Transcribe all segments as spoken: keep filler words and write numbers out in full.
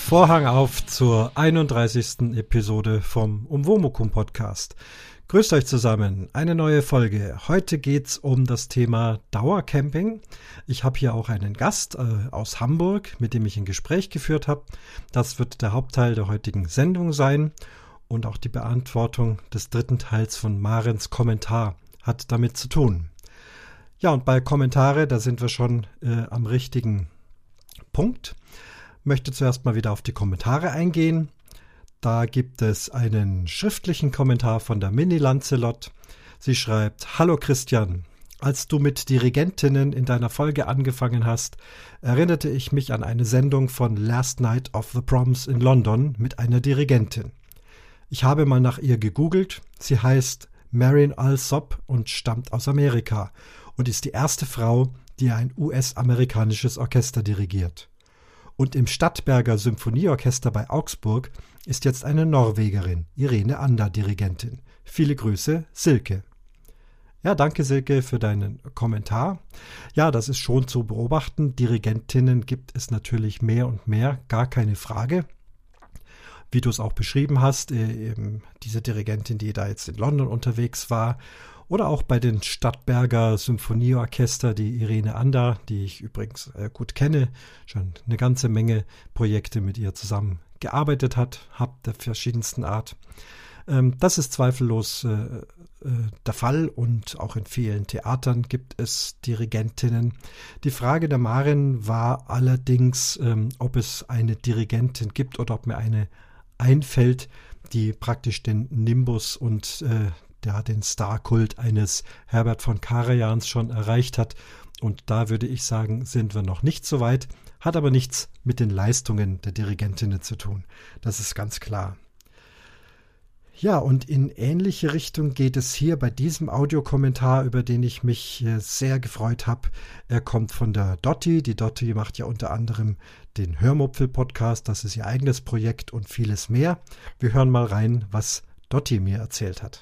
Vorhang auf zur einunddreißigsten Episode vom Umwomukum Podcast. Grüßt euch zusammen, eine neue Folge. Heute geht's um das Thema Dauercamping. Ich habe hier auch einen Gast äh, aus Hamburg, mit dem ich ein Gespräch geführt habe. Das wird der Hauptteil der heutigen Sendung sein und auch die Beantwortung des dritten Teils von Marens Kommentar hat damit zu tun. Ja, und bei Kommentare, da sind wir schon äh, am richtigen Punkt. Möchte zuerst mal wieder auf die Kommentare eingehen. Da gibt es einen schriftlichen Kommentar von der Mini Lancelot. Sie schreibt: Hallo Christian, als du mit Dirigentinnen in deiner Folge angefangen hast, erinnerte ich mich an eine Sendung von Last Night of the Proms in London mit einer Dirigentin. Ich habe mal nach ihr gegoogelt. Sie heißt Marin Alsop und stammt aus Amerika und ist die erste Frau, die ein U S-amerikanisches Orchester dirigiert. Und im Stadtberger Symphonieorchester bei Augsburg ist jetzt eine Norwegerin, Irene Anda, Dirigentin. Viele Grüße, Silke. Ja, danke Silke für deinen Kommentar. Ja, das ist schon zu beobachten. Dirigentinnen gibt es natürlich mehr und mehr, gar keine Frage. Wie du es auch beschrieben hast, eben diese Dirigentin, die da jetzt in London unterwegs war, oder auch bei den Stadtberger Symphonieorchester, die Irene Anda, die ich übrigens äh, gut kenne, schon eine ganze Menge Projekte mit ihr zusammen gearbeitet hat, hab der verschiedensten Art. Ähm, das ist zweifellos äh, äh, der Fall und auch in vielen Theatern gibt es Dirigentinnen. Die Frage der Marin war allerdings, ähm, ob es eine Dirigentin gibt oder ob mir eine einfällt, die praktisch den Nimbus und äh, der den Starkult eines Herbert von Karajans schon erreicht hat. Und da würde ich sagen, sind wir noch nicht so weit, hat aber nichts mit den Leistungen der Dirigentinnen zu tun. Das ist ganz klar. Ja, und in ähnliche Richtung geht es hier bei diesem Audiokommentar, über den ich mich sehr gefreut habe. Er kommt von der Dotti. Die Dotti macht ja unter anderem den Hörmupfel-Podcast. Das ist ihr eigenes Projekt und vieles mehr. Wir hören mal rein, was Dotti mir erzählt hat.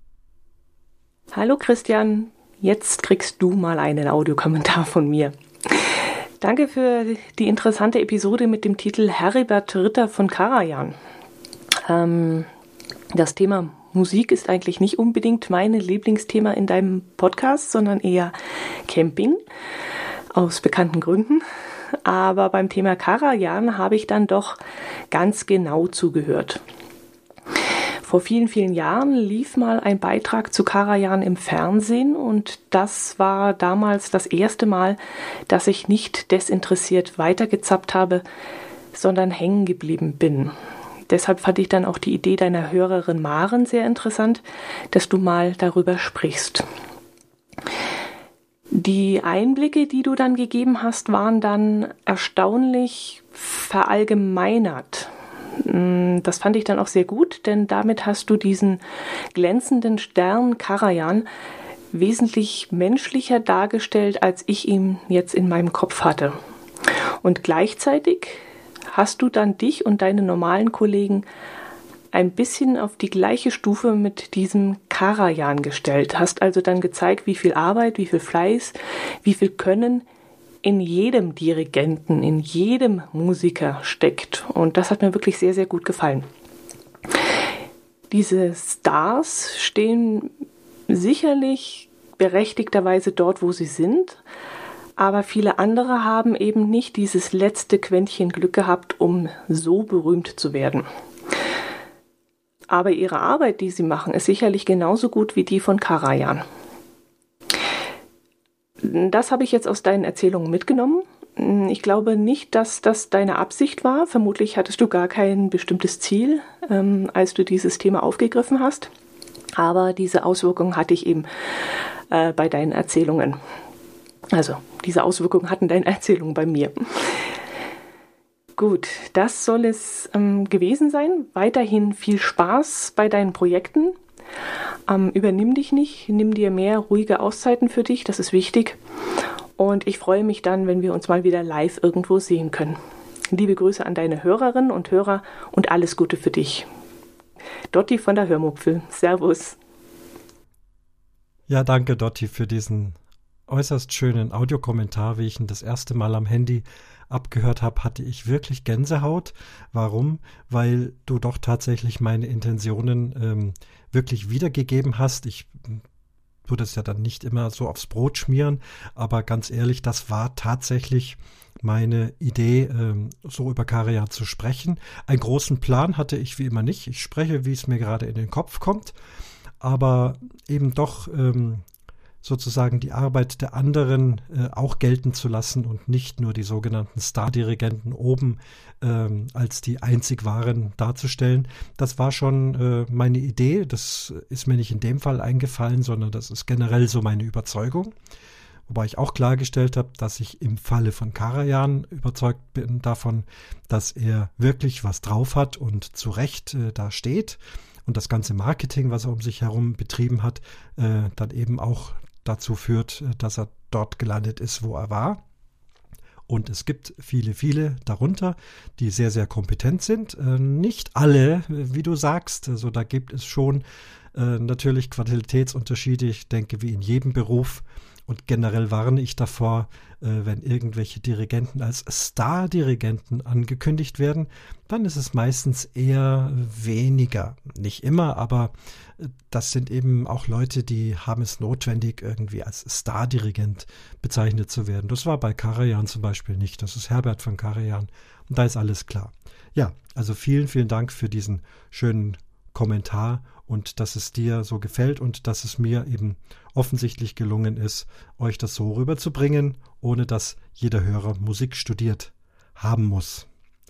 Hallo Christian, jetzt kriegst du mal einen Audiokommentar von mir. Danke für die interessante Episode mit dem Titel Heribert Ritter von Karajan. Ähm, das Thema Musik ist eigentlich nicht unbedingt mein Lieblingsthema in deinem Podcast, sondern eher Camping, aus bekannten Gründen. Aber beim Thema Karajan habe ich dann doch ganz genau zugehört. Vor vielen, vielen Jahren lief mal ein Beitrag zu Karajan im Fernsehen und das war damals das erste Mal, dass ich nicht desinteressiert weitergezappt habe, sondern hängen geblieben bin. Deshalb fand ich dann auch die Idee deiner Hörerin Maren sehr interessant, dass du mal darüber sprichst. Die Einblicke, die du dann gegeben hast, waren dann erstaunlich verallgemeinert. Das fand ich dann auch sehr gut, denn damit hast du diesen glänzenden Stern Karajan wesentlich menschlicher dargestellt, als ich ihn jetzt in meinem Kopf hatte. Und gleichzeitig hast du dann dich und deine normalen Kollegen ein bisschen auf die gleiche Stufe mit diesem Karajan gestellt. Hast also dann gezeigt, wie viel Arbeit, wie viel Fleiß, wie viel Können in jedem Dirigenten, in jedem Musiker steckt. Und das hat mir wirklich sehr, sehr gut gefallen. Diese Stars stehen sicherlich berechtigterweise dort, wo sie sind, aber viele andere haben eben nicht dieses letzte Quäntchen Glück gehabt, um so berühmt zu werden. Aber ihre Arbeit, die sie machen, ist sicherlich genauso gut wie die von Karajan. Das habe ich jetzt aus deinen Erzählungen mitgenommen. Ich glaube nicht, dass das deine Absicht war. Vermutlich hattest du gar kein bestimmtes Ziel, ähm, als du dieses Thema aufgegriffen hast. Aber diese Auswirkungen hatte ich eben äh, bei deinen Erzählungen. Also, diese Auswirkungen hatten deine Erzählungen bei mir. Gut, das soll es ähm, gewesen sein. Weiterhin viel Spaß bei deinen Projekten. Ähm, übernimm dich nicht, nimm dir mehr ruhige Auszeiten für dich, das ist wichtig. Und ich freue mich dann, wenn wir uns mal wieder live irgendwo sehen können. Liebe Grüße an deine Hörerinnen und Hörer und alles Gute für dich. Dotti von der Hörmupfel. Servus. Ja, danke Dotti für diesen äußerst schönen Audiokommentar, wie ich ihn das erste Mal am Handy abgehört habe, hatte ich wirklich Gänsehaut. Warum? Weil du doch tatsächlich meine Intentionen ähm, wirklich wiedergegeben hast. Ich tue das ja dann nicht immer so aufs Brot schmieren, aber ganz ehrlich, das war tatsächlich meine Idee, ähm, so über Karajan zu sprechen. Einen großen Plan hatte ich wie immer nicht. Ich spreche, wie es mir gerade in den Kopf kommt, aber eben doch ähm, sozusagen die Arbeit der anderen äh, auch gelten zu lassen und nicht nur die sogenannten Stardirigenten oben ähm, als die einzig wahren darzustellen. Das war schon äh, meine Idee. Das ist mir nicht in dem Fall eingefallen, sondern das ist generell so meine Überzeugung. Wobei ich auch klargestellt habe, dass ich im Falle von Karajan überzeugt bin davon, dass er wirklich was drauf hat und zu Recht äh, da steht und das ganze Marketing, was er um sich herum betrieben hat, äh, dann eben auch dazu führt, dass er dort gelandet ist, wo er war. Und es gibt viele, viele darunter, die sehr, sehr kompetent sind. Äh, nicht alle, wie du sagst. Also da gibt es schon äh, natürlich Qualitätsunterschiede. Ich denke, wie in jedem Beruf. Und generell warne ich davor, äh, wenn irgendwelche Dirigenten als Star-Dirigenten angekündigt werden, dann ist es meistens eher weniger. Nicht immer, aber äh, das sind eben auch Leute, die haben es notwendig, irgendwie als Star-Dirigent bezeichnet zu werden. Das war bei Karajan zum Beispiel nicht. Das ist Herbert von Karajan und da ist alles klar. Ja, also vielen, vielen Dank für diesen schönen Kommentar und dass es dir so gefällt und dass es mir eben offensichtlich gelungen ist, euch das so rüberzubringen, ohne dass jeder Hörer Musik studiert haben muss.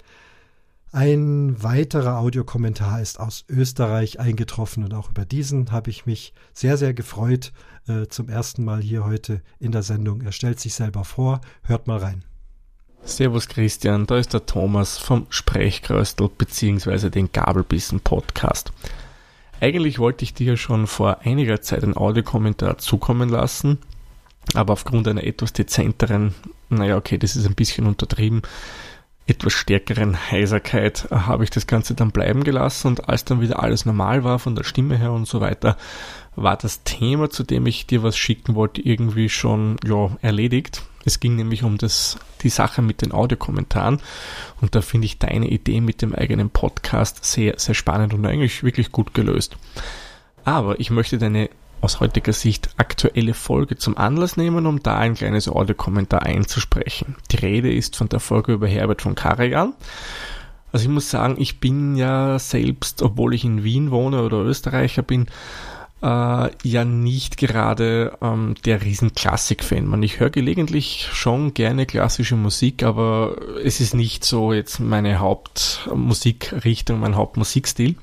Ein weiterer Audiokommentar ist aus Österreich eingetroffen und auch über diesen habe ich mich sehr, sehr gefreut, äh, zum ersten Mal hier heute in der Sendung. Er stellt sich selber vor, hört mal rein. Servus Christian, da ist der Thomas vom Sprechkröstel bzw. den Gabelbissen Podcast. Eigentlich wollte ich dir schon vor einiger Zeit einen Audiokommentar zukommen lassen, aber aufgrund einer etwas dezenteren, naja okay, das ist ein bisschen untertrieben, etwas stärkeren Heiserkeit äh, habe ich das Ganze dann bleiben gelassen und als dann wieder alles normal war von der Stimme her und so weiter, war das Thema, zu dem ich dir was schicken wollte, irgendwie schon ja, erledigt. Es ging nämlich um das, die Sache mit den Audiokommentaren und da finde ich deine Idee mit dem eigenen Podcast sehr, sehr spannend und eigentlich wirklich gut gelöst. Aber ich möchte deine aus heutiger Sicht aktuelle Folge zum Anlass nehmen, um da ein kleines Audiokommentar einzusprechen. Die Rede ist von der Folge über Herbert von Karajan. Also ich muss sagen, ich bin ja selbst, obwohl ich in Wien wohne oder Österreicher bin, Äh, ja nicht gerade ähm, der Riesen-Klassik-Fan. Man, ich höre gelegentlich schon gerne klassische Musik, aber es ist nicht so jetzt meine Hauptmusikrichtung, mein Hauptmusikstil.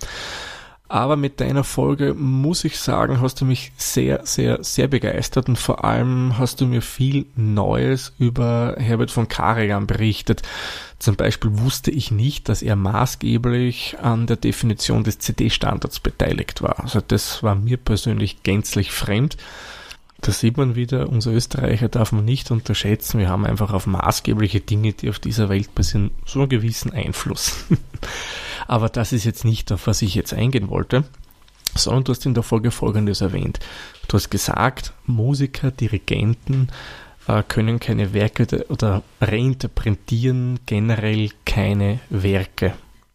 Aber mit deiner Folge, muss ich sagen, hast du mich sehr, sehr, sehr begeistert und vor allem hast du mir viel Neues über Herbert von Karajan berichtet. Zum Beispiel wusste ich nicht, dass er maßgeblich an der Definition des C D-Standards beteiligt war. Also das war mir persönlich gänzlich fremd. Da sieht man wieder, unser Österreicher darf man nicht unterschätzen. Wir haben einfach auf maßgebliche Dinge, die auf dieser Welt passieren, so einen gewissen Einfluss. Aber das ist jetzt nicht, auf was ich jetzt eingehen wollte, sondern du hast in der Folge Folgendes erwähnt. Du hast gesagt, Musiker, Dirigenten äh, können keine Werke de- oder reinterpretieren generell keine Werke.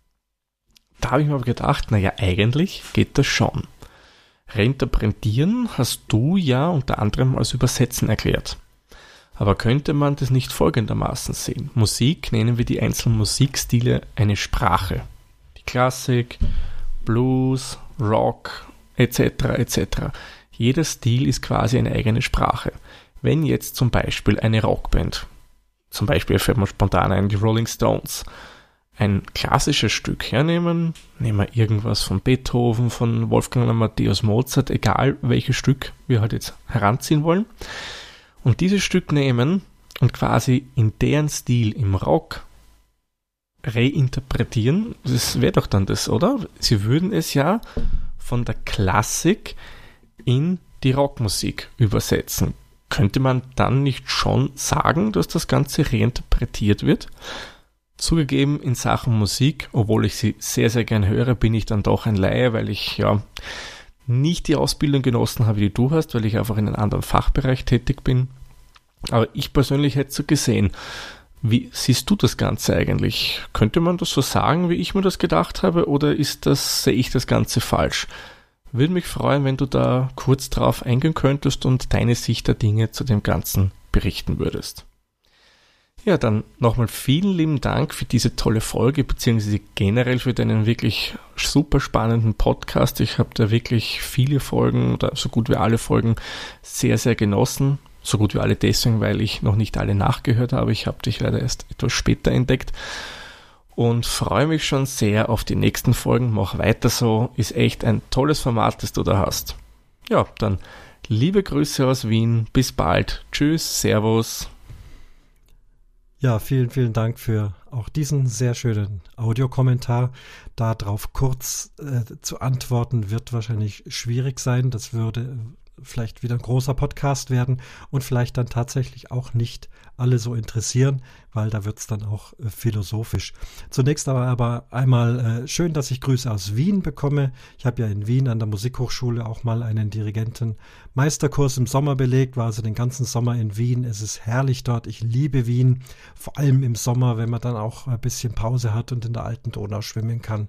Da habe ich mir aber gedacht, naja, eigentlich geht das schon. Reinterpretieren hast du ja unter anderem als Übersetzen erklärt. Aber könnte man das nicht folgendermaßen sehen? Musik, nennen wir die einzelnen Musikstile eine Sprache. Die Klassik, Blues, Rock, et cetera et cetera. Jeder Stil ist quasi eine eigene Sprache. Wenn jetzt zum Beispiel eine Rockband, zum Beispiel fällt mir spontan ein, die Rolling Stones, ein klassisches Stück hernehmen, nehmen wir irgendwas von Beethoven, von Wolfgang Amadeus Mozart, egal welches Stück wir halt jetzt heranziehen wollen, und dieses Stück nehmen und quasi in deren Stil im Rock reinterpretieren, das wäre doch dann das, oder? Sie würden es ja von der Klassik in die Rockmusik übersetzen. Könnte man dann nicht schon sagen, dass das Ganze reinterpretiert wird? Zugegeben, in Sachen Musik, obwohl ich sie sehr, sehr gern höre, bin ich dann doch ein Laie, weil ich ja nicht die Ausbildung genossen habe, die du hast, weil ich einfach in einem anderen Fachbereich tätig bin. Aber ich persönlich hätte es so gesehen. Wie siehst du das Ganze eigentlich? Könnte man das so sagen, wie ich mir das gedacht habe, oder ist das, sehe ich das Ganze falsch? Würde mich freuen, wenn du da kurz drauf eingehen könntest und deine Sicht der Dinge zu dem Ganzen berichten würdest. Ja, dann nochmal vielen lieben Dank für diese tolle Folge, beziehungsweise generell für deinen wirklich super spannenden Podcast. Ich habe da wirklich viele Folgen oder so gut wie alle Folgen sehr, sehr genossen. So gut wie alle deswegen, weil ich noch nicht alle nachgehört habe. Ich habe dich leider erst etwas später entdeckt und freue mich schon sehr auf die nächsten Folgen. Mach weiter so, ist echt ein tolles Format, das du da hast. Ja, dann liebe Grüße aus Wien, bis bald. Tschüss, Servus. Ja, vielen, vielen Dank für auch diesen sehr schönen Audiokommentar. Darauf kurz äh, zu antworten wird wahrscheinlich schwierig sein. Das würde vielleicht wieder ein großer Podcast werden und vielleicht dann tatsächlich auch nicht alle so interessieren, weil da wird es dann auch äh, philosophisch. Zunächst aber, aber einmal äh, schön, dass ich Grüße aus Wien bekomme. Ich habe ja in Wien an der Musikhochschule auch mal einen Dirigenten-Meisterkurs im Sommer belegt, war also den ganzen Sommer in Wien. Es ist herrlich dort, ich liebe Wien, vor allem im Sommer, wenn man dann auch ein bisschen Pause hat und in der alten Donau schwimmen kann.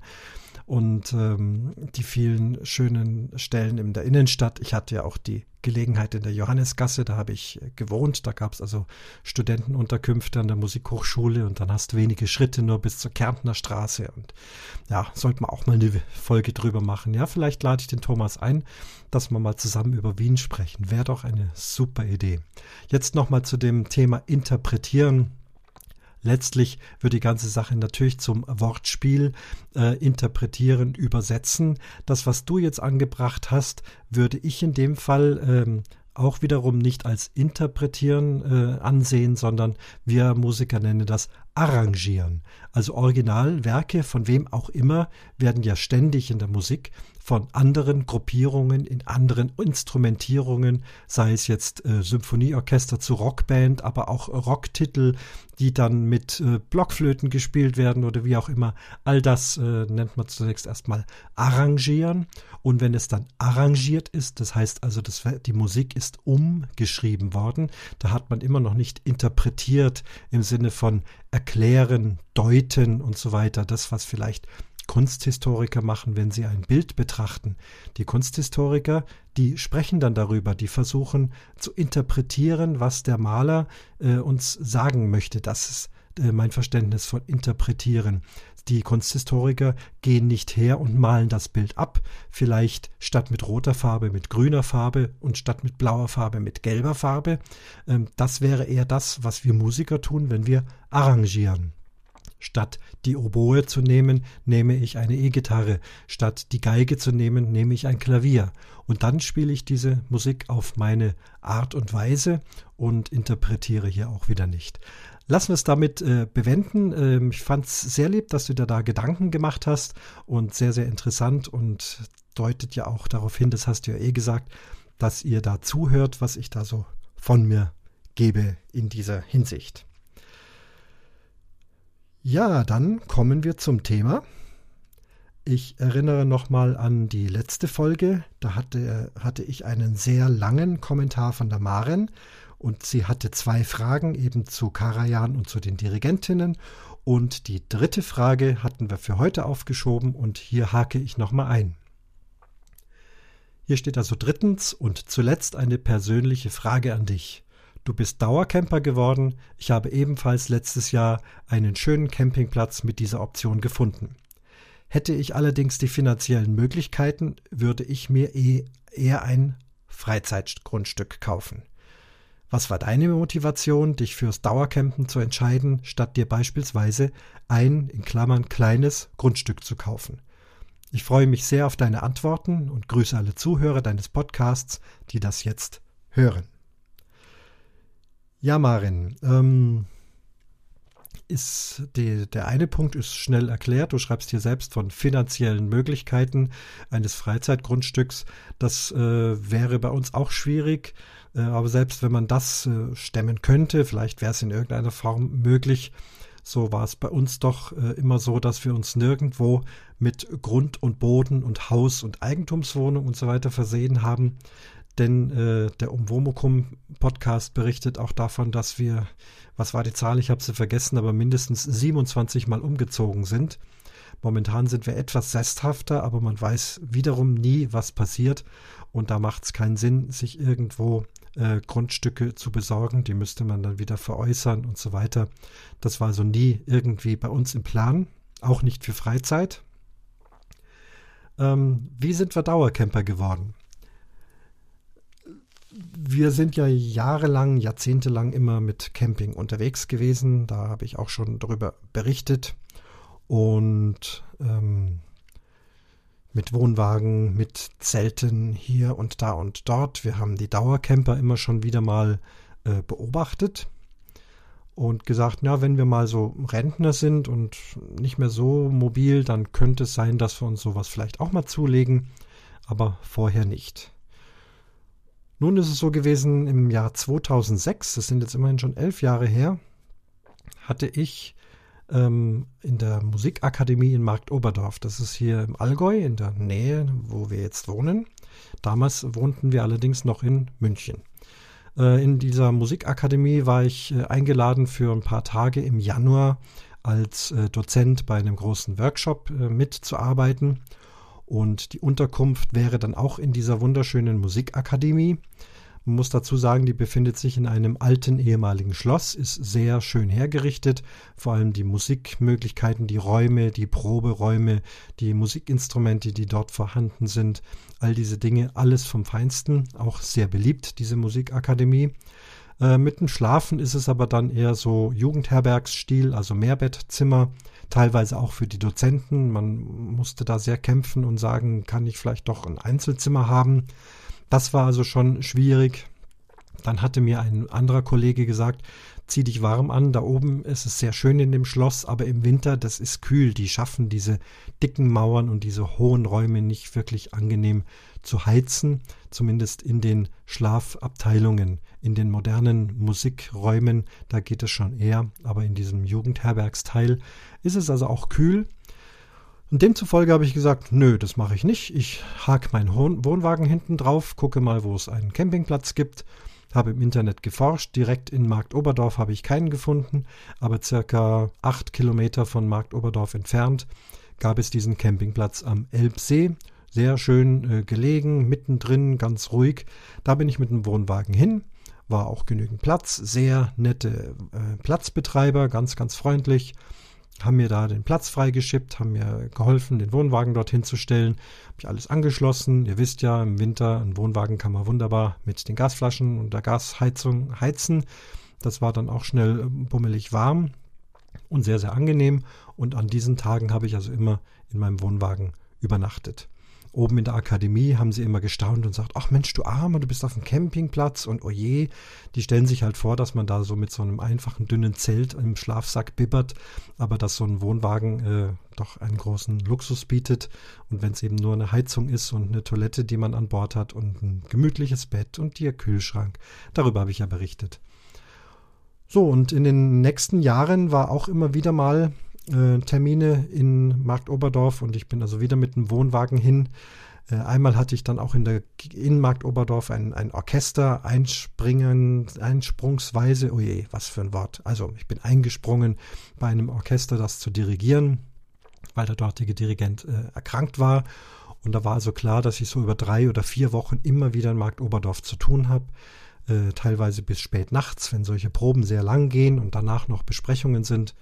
Und ähm, die vielen schönen Stellen in der Innenstadt. Ich hatte ja auch die Gelegenheit in der Johannesgasse, da habe ich gewohnt. Da gab es also Studentenunterkünfte an der Musikhochschule und dann hast du wenige Schritte nur bis zur Kärntner Straße. Und ja, sollte man auch mal eine Folge drüber machen. Ja, vielleicht lade ich den Thomas ein, dass wir mal zusammen über Wien sprechen. Wäre doch eine super Idee. Jetzt nochmal zu dem Thema Interpretieren. Letztlich wird die ganze Sache natürlich zum Wortspiel äh, interpretieren, übersetzen. Das, was du jetzt angebracht hast, würde ich in dem Fall ähm, auch wiederum nicht als interpretieren äh, ansehen, sondern wir Musiker nennen das arrangieren. Also Originalwerke von wem auch immer werden ja ständig in der Musik von anderen Gruppierungen, in anderen Instrumentierungen, sei es jetzt äh, Symphonieorchester zu Rockband, aber auch Rocktitel, die dann mit äh, Blockflöten gespielt werden oder wie auch immer. All das äh, nennt man zunächst erstmal arrangieren. Und wenn es dann arrangiert ist, das heißt also, das, die Musik ist umgeschrieben worden, da hat man immer noch nicht interpretiert im Sinne von erklären, deuten und so weiter. Das, was vielleicht Kunsthistoriker machen, wenn sie ein Bild betrachten. Die Kunsthistoriker, die sprechen dann darüber, die versuchen zu interpretieren, was der Maler äh, uns sagen möchte. Das ist äh, mein Verständnis von interpretieren. Die Kunsthistoriker gehen nicht her und malen das Bild ab, vielleicht statt mit roter Farbe mit grüner Farbe und statt mit blauer Farbe mit gelber Farbe. Ähm, das wäre eher das, was wir Musiker tun, wenn wir arrangieren. Statt die Oboe zu nehmen, nehme ich eine E-Gitarre. Statt die Geige zu nehmen, nehme ich ein Klavier. Und dann spiele ich diese Musik auf meine Art und Weise und interpretiere hier auch wieder nicht. Lassen wir es damit äh, bewenden. Ähm, ich fand es sehr lieb, dass du dir da Gedanken gemacht hast und sehr, sehr interessant und deutet ja auch darauf hin, das hast du ja eh gesagt, dass ihr da zuhört, was ich da so von mir gebe in dieser Hinsicht. Ja, dann kommen wir zum Thema. Ich erinnere nochmal an die letzte Folge. Da hatte, hatte ich einen sehr langen Kommentar von der Maren und sie hatte zwei Fragen eben zu Karajan und zu den Dirigentinnen. Und die dritte Frage hatten wir für heute aufgeschoben und hier hake ich nochmal ein. Hier steht also drittens und zuletzt eine persönliche Frage an dich. Du bist Dauercamper geworden. Ich habe ebenfalls letztes Jahr einen schönen Campingplatz mit dieser Option gefunden. Hätte ich allerdings die finanziellen Möglichkeiten, würde ich mir eh eher ein Freizeitgrundstück kaufen. Was war deine Motivation, dich fürs Dauercampen zu entscheiden, statt dir beispielsweise ein, in Klammern, kleines Grundstück zu kaufen? Ich freue mich sehr auf deine Antworten und grüße alle Zuhörer deines Podcasts, die das jetzt hören. Ja, Maren, ähm, ist die, der eine Punkt ist schnell erklärt. Du schreibst hier selbst von finanziellen Möglichkeiten eines Freizeitgrundstücks. Das äh, wäre bei uns auch schwierig, äh, aber selbst wenn man das äh, stemmen könnte, vielleicht wäre es in irgendeiner Form möglich. So war es bei uns doch äh, immer so, dass wir uns nirgendwo mit Grund und Boden und Haus und Eigentumswohnung und so weiter versehen haben. denn äh, der Umwomukum-Podcast berichtet auch davon, dass wir, was war die Zahl, ich habe sie vergessen, aber mindestens siebenundzwanzig Mal umgezogen sind. Momentan sind wir etwas sesshafter, aber man weiß wiederum nie, was passiert, und da macht es keinen Sinn, sich irgendwo äh, Grundstücke zu besorgen, die müsste man dann wieder veräußern und so weiter. Das war also nie irgendwie bei uns im Plan, auch nicht für Freizeit. Ähm, wie sind wir Dauercamper geworden? Wir sind ja jahrelang, jahrzehntelang immer mit Camping unterwegs gewesen. Da habe ich auch schon darüber berichtet. Und ähm, mit Wohnwagen, mit Zelten hier und da und dort. Wir haben die Dauercamper immer schon wieder mal äh, beobachtet und gesagt, na, wenn wir mal so Rentner sind und nicht mehr so mobil, dann könnte es sein, dass wir uns sowas vielleicht auch mal zulegen, aber vorher nicht. Nun ist es so gewesen, im Jahr zweitausendsechs, das sind jetzt immerhin schon elf Jahre her, hatte ich ähm, in der Musikakademie in Marktoberdorf, das ist hier im Allgäu, in der Nähe, wo wir jetzt wohnen. Damals wohnten wir allerdings noch in München. Äh, in dieser Musikakademie war ich äh, eingeladen für ein paar Tage im Januar als äh, Dozent bei einem großen Workshop äh, mitzuarbeiten. Und die Unterkunft wäre dann auch in dieser wunderschönen Musikakademie. Man muss dazu sagen, die befindet sich in einem alten ehemaligen Schloss, ist sehr schön hergerichtet. Vor allem die Musikmöglichkeiten, die Räume, die Proberäume, die Musikinstrumente, die dort vorhanden sind. All diese Dinge, alles vom Feinsten. Auch sehr beliebt, diese Musikakademie. Äh, mit dem Schlafen ist es aber dann eher so Jugendherbergsstil, also Mehrbettzimmer. Teilweise auch für die Dozenten. Man musste da sehr kämpfen und sagen, kann ich vielleicht doch ein Einzelzimmer haben. Das war also schon schwierig. Dann hatte mir ein anderer Kollege gesagt, zieh dich warm an, da oben ist es sehr schön in dem Schloss, aber im Winter, das ist kühl. Die schaffen diese dicken Mauern und diese hohen Räume nicht wirklich angenehm zu heizen, zumindest in den Schlafabteilungen. In den modernen Musikräumen, da geht es schon eher, aber in diesem Jugendherbergsteil ist es also auch kühl. Und demzufolge habe ich gesagt, nö, das mache ich nicht. Ich hake meinen Wohnwagen hinten drauf, gucke mal, wo es einen Campingplatz gibt. Habe im Internet geforscht, direkt in Marktoberdorf habe ich keinen gefunden, aber circa acht Kilometer von Marktoberdorf entfernt gab es diesen Campingplatz am Elbsee. Sehr schön äh, gelegen, mittendrin, ganz ruhig. Da bin ich mit dem Wohnwagen hin, war auch genügend Platz, sehr nette äh, Platzbetreiber, ganz, ganz freundlich. Haben mir da den Platz freigeschippt, haben mir geholfen, den Wohnwagen dorthin zu stellen. Habe ich alles angeschlossen. Ihr wisst ja, im Winter, ein Wohnwagen kann man wunderbar mit den Gasflaschen und der Gasheizung heizen. Das war dann auch schnell bummelig warm und sehr, sehr angenehm. Und an diesen Tagen habe ich also immer in meinem Wohnwagen übernachtet. Oben in der Akademie haben sie immer gestaunt und gesagt, ach Mensch, du Armer, du bist auf dem Campingplatz und oje. Die stellen sich halt vor, dass man da so mit so einem einfachen, dünnen Zelt im Schlafsack bibbert, aber dass so ein Wohnwagen äh, doch einen großen Luxus bietet. Und wenn es eben nur eine Heizung ist und eine Toilette, die man an Bord hat und ein gemütliches Bett und der Kühlschrank, darüber habe ich ja berichtet. So, und in den nächsten Jahren war auch immer wieder mal Äh, Termine in Marktoberdorf und ich bin also wieder mit dem Wohnwagen hin. Äh, einmal hatte ich dann auch in der in Marktoberdorf ein, ein Orchester einspringen, einsprungsweise, oh je, was für ein Wort. Also ich bin eingesprungen bei einem Orchester, das zu dirigieren, weil der dortige Dirigent äh, erkrankt war. Und da war also klar, dass ich so über drei oder vier Wochen immer wieder in Marktoberdorf zu tun habe. Äh, teilweise bis spät nachts, wenn solche Proben sehr lang gehen und danach noch Besprechungen sind.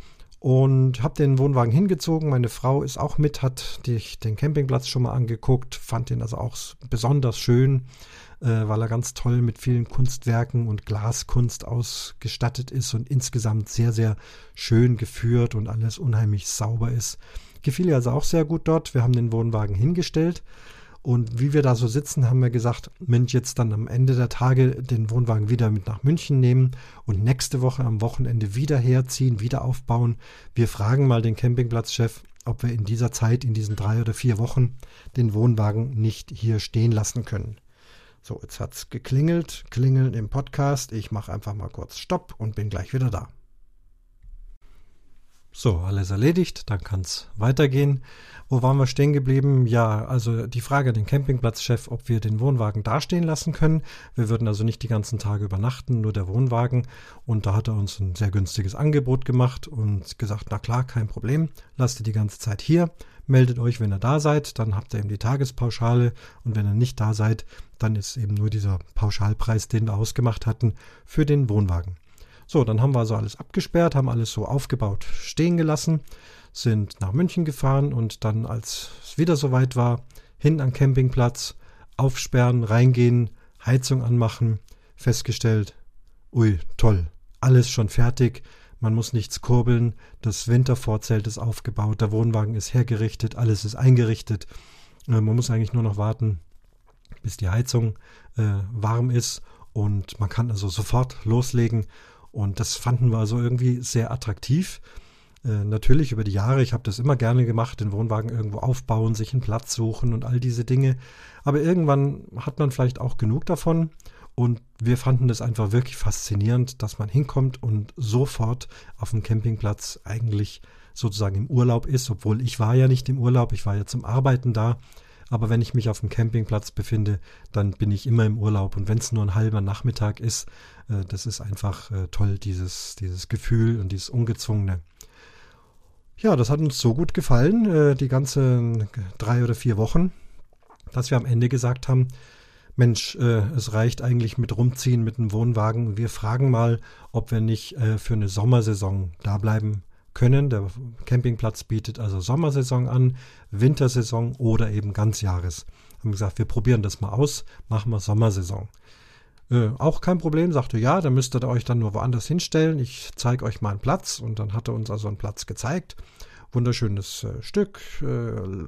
Und habe den Wohnwagen hingezogen. Meine Frau ist auch mit, hat die, den Campingplatz schon mal angeguckt, fand den also auch besonders schön, äh, weil er ganz toll mit vielen Kunstwerken und Glaskunst ausgestattet ist und insgesamt sehr, sehr schön geführt und alles unheimlich sauber ist. Gefiel ihr also auch sehr gut dort. Wir haben den Wohnwagen hingestellt. Und wie wir da so sitzen, haben wir gesagt, Mensch, jetzt dann am Ende der Tage den Wohnwagen wieder mit nach München nehmen und nächste Woche am Wochenende wieder herziehen, wieder aufbauen. Wir fragen mal den Campingplatzchef, ob wir in dieser Zeit, in diesen drei oder vier Wochen, den Wohnwagen nicht hier stehen lassen können. So, jetzt hat's geklingelt, klingeln im Podcast. Ich mache einfach mal kurz Stopp und bin gleich wieder da. So, alles erledigt, dann kann es weitergehen. Wo waren wir stehen geblieben? Ja, also die Frage an den Campingplatzchef, ob wir den Wohnwagen dastehen lassen können. Wir würden also nicht die ganzen Tage übernachten, nur der Wohnwagen. Und da hat er uns ein sehr günstiges Angebot gemacht und gesagt, na klar, kein Problem, lasst ihr die ganze Zeit hier. Meldet euch, wenn ihr da seid, dann habt ihr eben die Tagespauschale. Und wenn ihr nicht da seid, dann ist eben nur dieser Pauschalpreis, den wir ausgemacht hatten, für den Wohnwagen. So, dann haben wir also alles abgesperrt, haben alles so aufgebaut stehen gelassen, sind nach München gefahren und dann, als es wieder soweit war, hin an den Campingplatz, aufsperren, reingehen, Heizung anmachen, festgestellt, ui, toll, alles schon fertig, man muss nichts kurbeln, das Wintervorzelt ist aufgebaut, der Wohnwagen ist hergerichtet, alles ist eingerichtet, man muss eigentlich nur noch warten, bis die Heizung äh, warm ist und man kann also sofort loslegen. Und das fanden wir also irgendwie sehr attraktiv. Äh, natürlich über die Jahre, ich habe das immer gerne gemacht, den Wohnwagen irgendwo aufbauen, sich einen Platz suchen und all diese Dinge. Aber irgendwann hat man vielleicht auch genug davon. Und wir fanden das einfach wirklich faszinierend, dass man hinkommt und sofort auf dem Campingplatz eigentlich sozusagen im Urlaub ist. Obwohl ich war ja nicht im Urlaub, ich war ja zum Arbeiten da. Aber wenn ich mich auf dem Campingplatz befinde, dann bin ich immer im Urlaub. Und wenn es nur ein halber Nachmittag ist, äh, das ist einfach äh, toll, dieses, dieses Gefühl und dieses Ungezwungene. Ja, das hat uns so gut gefallen, äh, die ganzen drei oder vier Wochen, dass wir am Ende gesagt haben, Mensch, äh, es reicht eigentlich mit rumziehen mit dem Wohnwagen. Wir fragen mal, ob wir nicht äh, für eine Sommersaison da bleiben können. Der Campingplatz bietet also Sommersaison an, Wintersaison oder eben Ganzjahres. Haben wir gesagt, wir probieren das mal aus, machen wir Sommersaison. Äh, auch kein Problem, sagte ja, dann müsst ihr euch dann nur woanders hinstellen. Ich zeige euch mal einen Platz und dann hat er uns also einen Platz gezeigt. Wunderschönes äh, Stück, äh,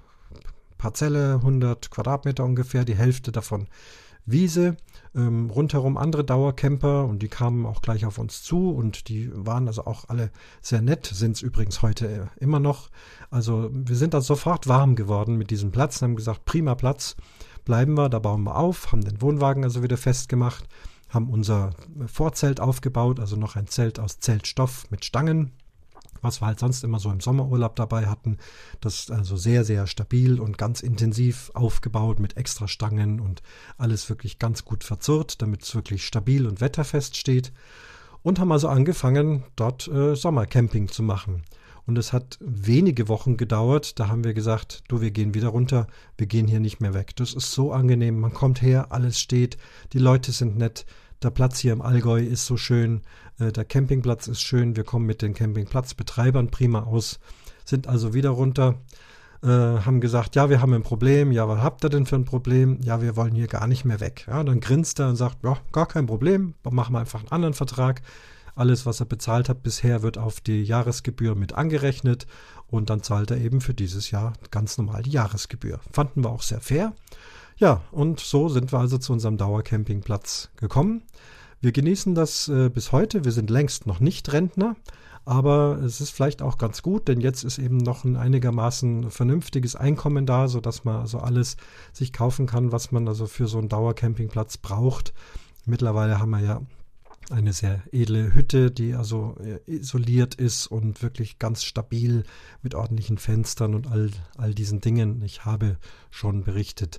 Parzelle, hundert Quadratmeter ungefähr, die Hälfte davon Wiese, ähm, rundherum andere Dauercamper und die kamen auch gleich auf uns zu und die waren also auch alle sehr nett, sind es übrigens heute äh, immer noch. Also wir sind da sofort warm geworden mit diesem Platz und haben gesagt, prima Platz, bleiben wir, da bauen wir auf, haben den Wohnwagen also wieder festgemacht, haben unser Vorzelt aufgebaut, also noch ein Zelt aus Zeltstoff mit Stangen, was wir halt sonst immer so im Sommerurlaub dabei hatten. Das ist also sehr, sehr stabil und ganz intensiv aufgebaut mit extra Stangen und alles wirklich ganz gut verzurrt, damit es wirklich stabil und wetterfest steht. Und haben also angefangen, dort äh, Sommercamping zu machen. Und es hat wenige Wochen gedauert, da haben wir gesagt, du, wir gehen wieder runter, wir gehen hier nicht mehr weg. Das ist so angenehm, man kommt her, alles steht, die Leute sind nett. Der Platz hier im Allgäu ist so schön, äh, der Campingplatz ist schön, wir kommen mit den Campingplatzbetreibern prima aus, sind also wieder runter, äh, haben gesagt, ja, wir haben ein Problem, ja, was habt ihr denn für ein Problem? Ja, wir wollen hier gar nicht mehr weg. Ja, dann grinst er und sagt, ja, gar kein Problem, machen wir einfach einen anderen Vertrag. Alles, was er bezahlt hat bisher, wird auf die Jahresgebühr mit angerechnet und dann zahlt er eben für dieses Jahr ganz normal die Jahresgebühr. Fanden wir auch sehr fair. Ja, und so sind wir also zu unserem Dauercampingplatz gekommen. Wir genießen das äh, bis heute. Wir sind längst noch nicht Rentner, aber es ist vielleicht auch ganz gut, denn jetzt ist eben noch ein einigermaßen vernünftiges Einkommen da, sodass man also alles sich kaufen kann, was man also für so einen Dauercampingplatz braucht. Mittlerweile haben wir ja eine sehr edle Hütte, die also isoliert ist und wirklich ganz stabil mit ordentlichen Fenstern und all, all diesen Dingen. Ich habe schon berichtet.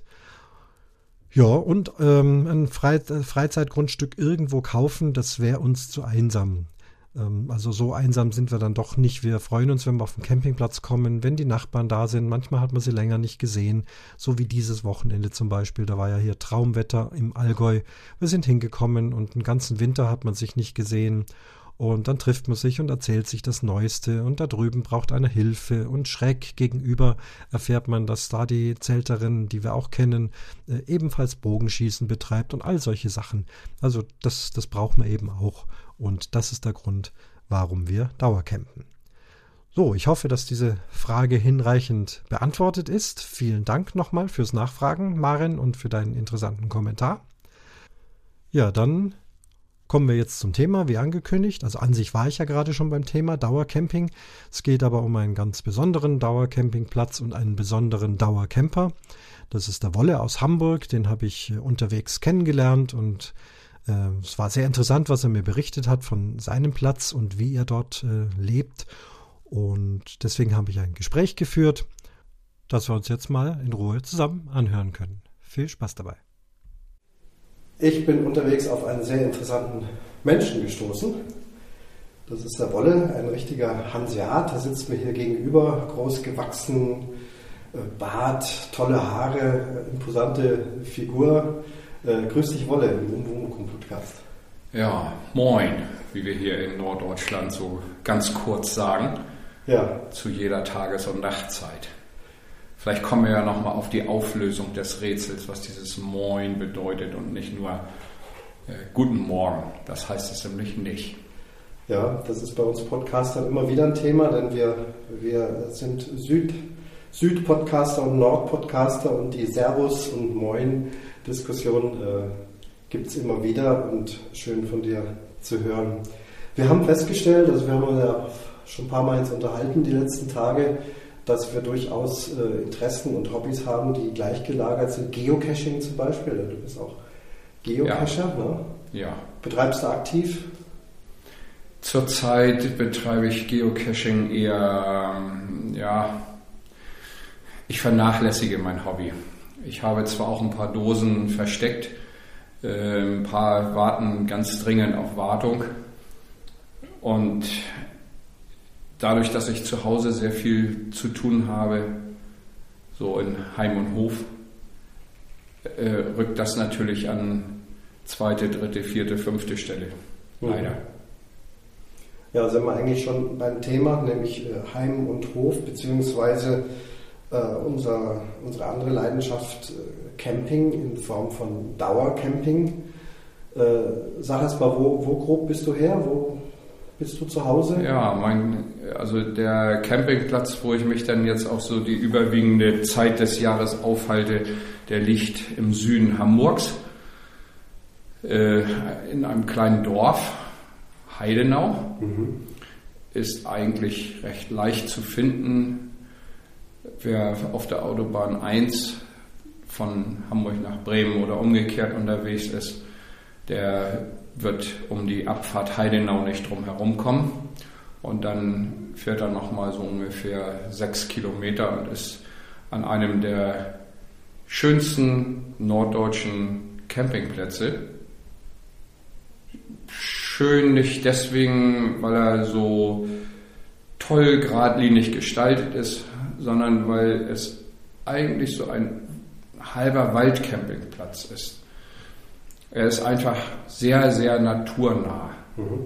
Ja, und ähm, ein Fre- Freizeitgrundstück irgendwo kaufen, das wäre uns zu einsam. Ähm, also so einsam sind wir dann doch nicht. Wir freuen uns, wenn wir auf den Campingplatz kommen, wenn die Nachbarn da sind. Manchmal hat man sie länger nicht gesehen, so wie dieses Wochenende zum Beispiel. Da war ja hier Traumwetter im Allgäu. Wir sind hingekommen und den ganzen Winter hat man sich nicht gesehen. Und dann trifft man sich und erzählt sich das Neueste und da drüben braucht einer Hilfe und schräg gegenüber erfährt man, dass da die Zelterin, die wir auch kennen, äh, ebenfalls Bogenschießen betreibt und all solche Sachen. Also das, das braucht man eben auch und das ist der Grund, warum wir Dauercampen. So, ich hoffe, dass diese Frage hinreichend beantwortet ist. Vielen Dank nochmal fürs Nachfragen, Maren, und für deinen interessanten Kommentar. Ja, dann kommen wir jetzt zum Thema, wie angekündigt. Also an sich war ich ja gerade schon beim Thema Dauercamping. Es geht aber um einen ganz besonderen Dauercampingplatz und einen besonderen Dauercamper. Das ist der Wolle aus Hamburg. Den habe ich äh, unterwegs kennengelernt und äh, es war sehr interessant, was er mir berichtet hat von seinem Platz und wie er dort äh, lebt. Und deswegen habe ich ein Gespräch geführt, das wir uns jetzt mal in Ruhe zusammen anhören können. Viel Spaß dabei. Ich bin unterwegs auf einen sehr interessanten Menschen gestoßen. Das ist der Wolle, ein richtiger Hanseat. Der sitzt mir hier gegenüber, groß gewachsen, Bart, tolle Haare, imposante Figur. Grüß dich, Wolle, im Umwomukum-Podcast. Ja, moin, wie wir hier in Norddeutschland so ganz kurz sagen. Ja. Zu jeder Tages- und Nachtzeit. Vielleicht kommen wir ja nochmal auf die Auflösung des Rätsels, was dieses Moin bedeutet und nicht nur äh, Guten Morgen. Das heißt es nämlich nicht. Ja, das ist bei uns Podcastern immer wieder ein Thema, denn wir, wir sind Süd, Süd-Podcaster und Nord-Podcaster und die Servus- und Moin-Diskussion äh, gibt es immer wieder und schön von dir zu hören. Wir haben festgestellt, also wir haben uns ja schon ein paar Mal jetzt unterhalten die letzten Tage, dass wir durchaus äh, Interessen und Hobbys haben, die gleichgelagert sind. Geocaching zum Beispiel, du bist auch Geocacher, ja. Ne? Ja. Betreibst du aktiv? Zurzeit betreibe ich Geocaching eher, ja, ich vernachlässige mein Hobby. Ich habe zwar auch ein paar Dosen versteckt, äh, ein paar warten ganz dringend auf Wartung und dadurch, dass ich zu Hause sehr viel zu tun habe, so in Heim und Hof, äh, rückt das natürlich an zweite, dritte, vierte, fünfte Stelle. Leider. Ja, sind wir eigentlich schon beim Thema, nämlich äh, Heim und Hof, beziehungsweise äh, unser, unsere andere Leidenschaft, äh, Camping in Form von Dauercamping. Äh, sag erst mal, wo, wo grob bist du her? Wo bist du zu Hause? Ja, mein, also der Campingplatz, wo ich mich dann jetzt auch so die überwiegende Zeit des Jahres aufhalte, der liegt im Süden Hamburgs, äh, in einem kleinen Dorf, Heidenau. Mhm. Ist eigentlich recht leicht zu finden. Wer auf der Autobahn eins von Hamburg nach Bremen oder umgekehrt unterwegs ist, der wird um die Abfahrt Heidenau nicht drum herum kommen und dann fährt er nochmal so ungefähr sechs Kilometer und ist an einem der schönsten norddeutschen Campingplätze. Schön nicht deswegen, weil er so toll geradlinig gestaltet ist, sondern weil es eigentlich so ein halber Waldcampingplatz ist. Er ist einfach sehr, sehr naturnah. Mhm.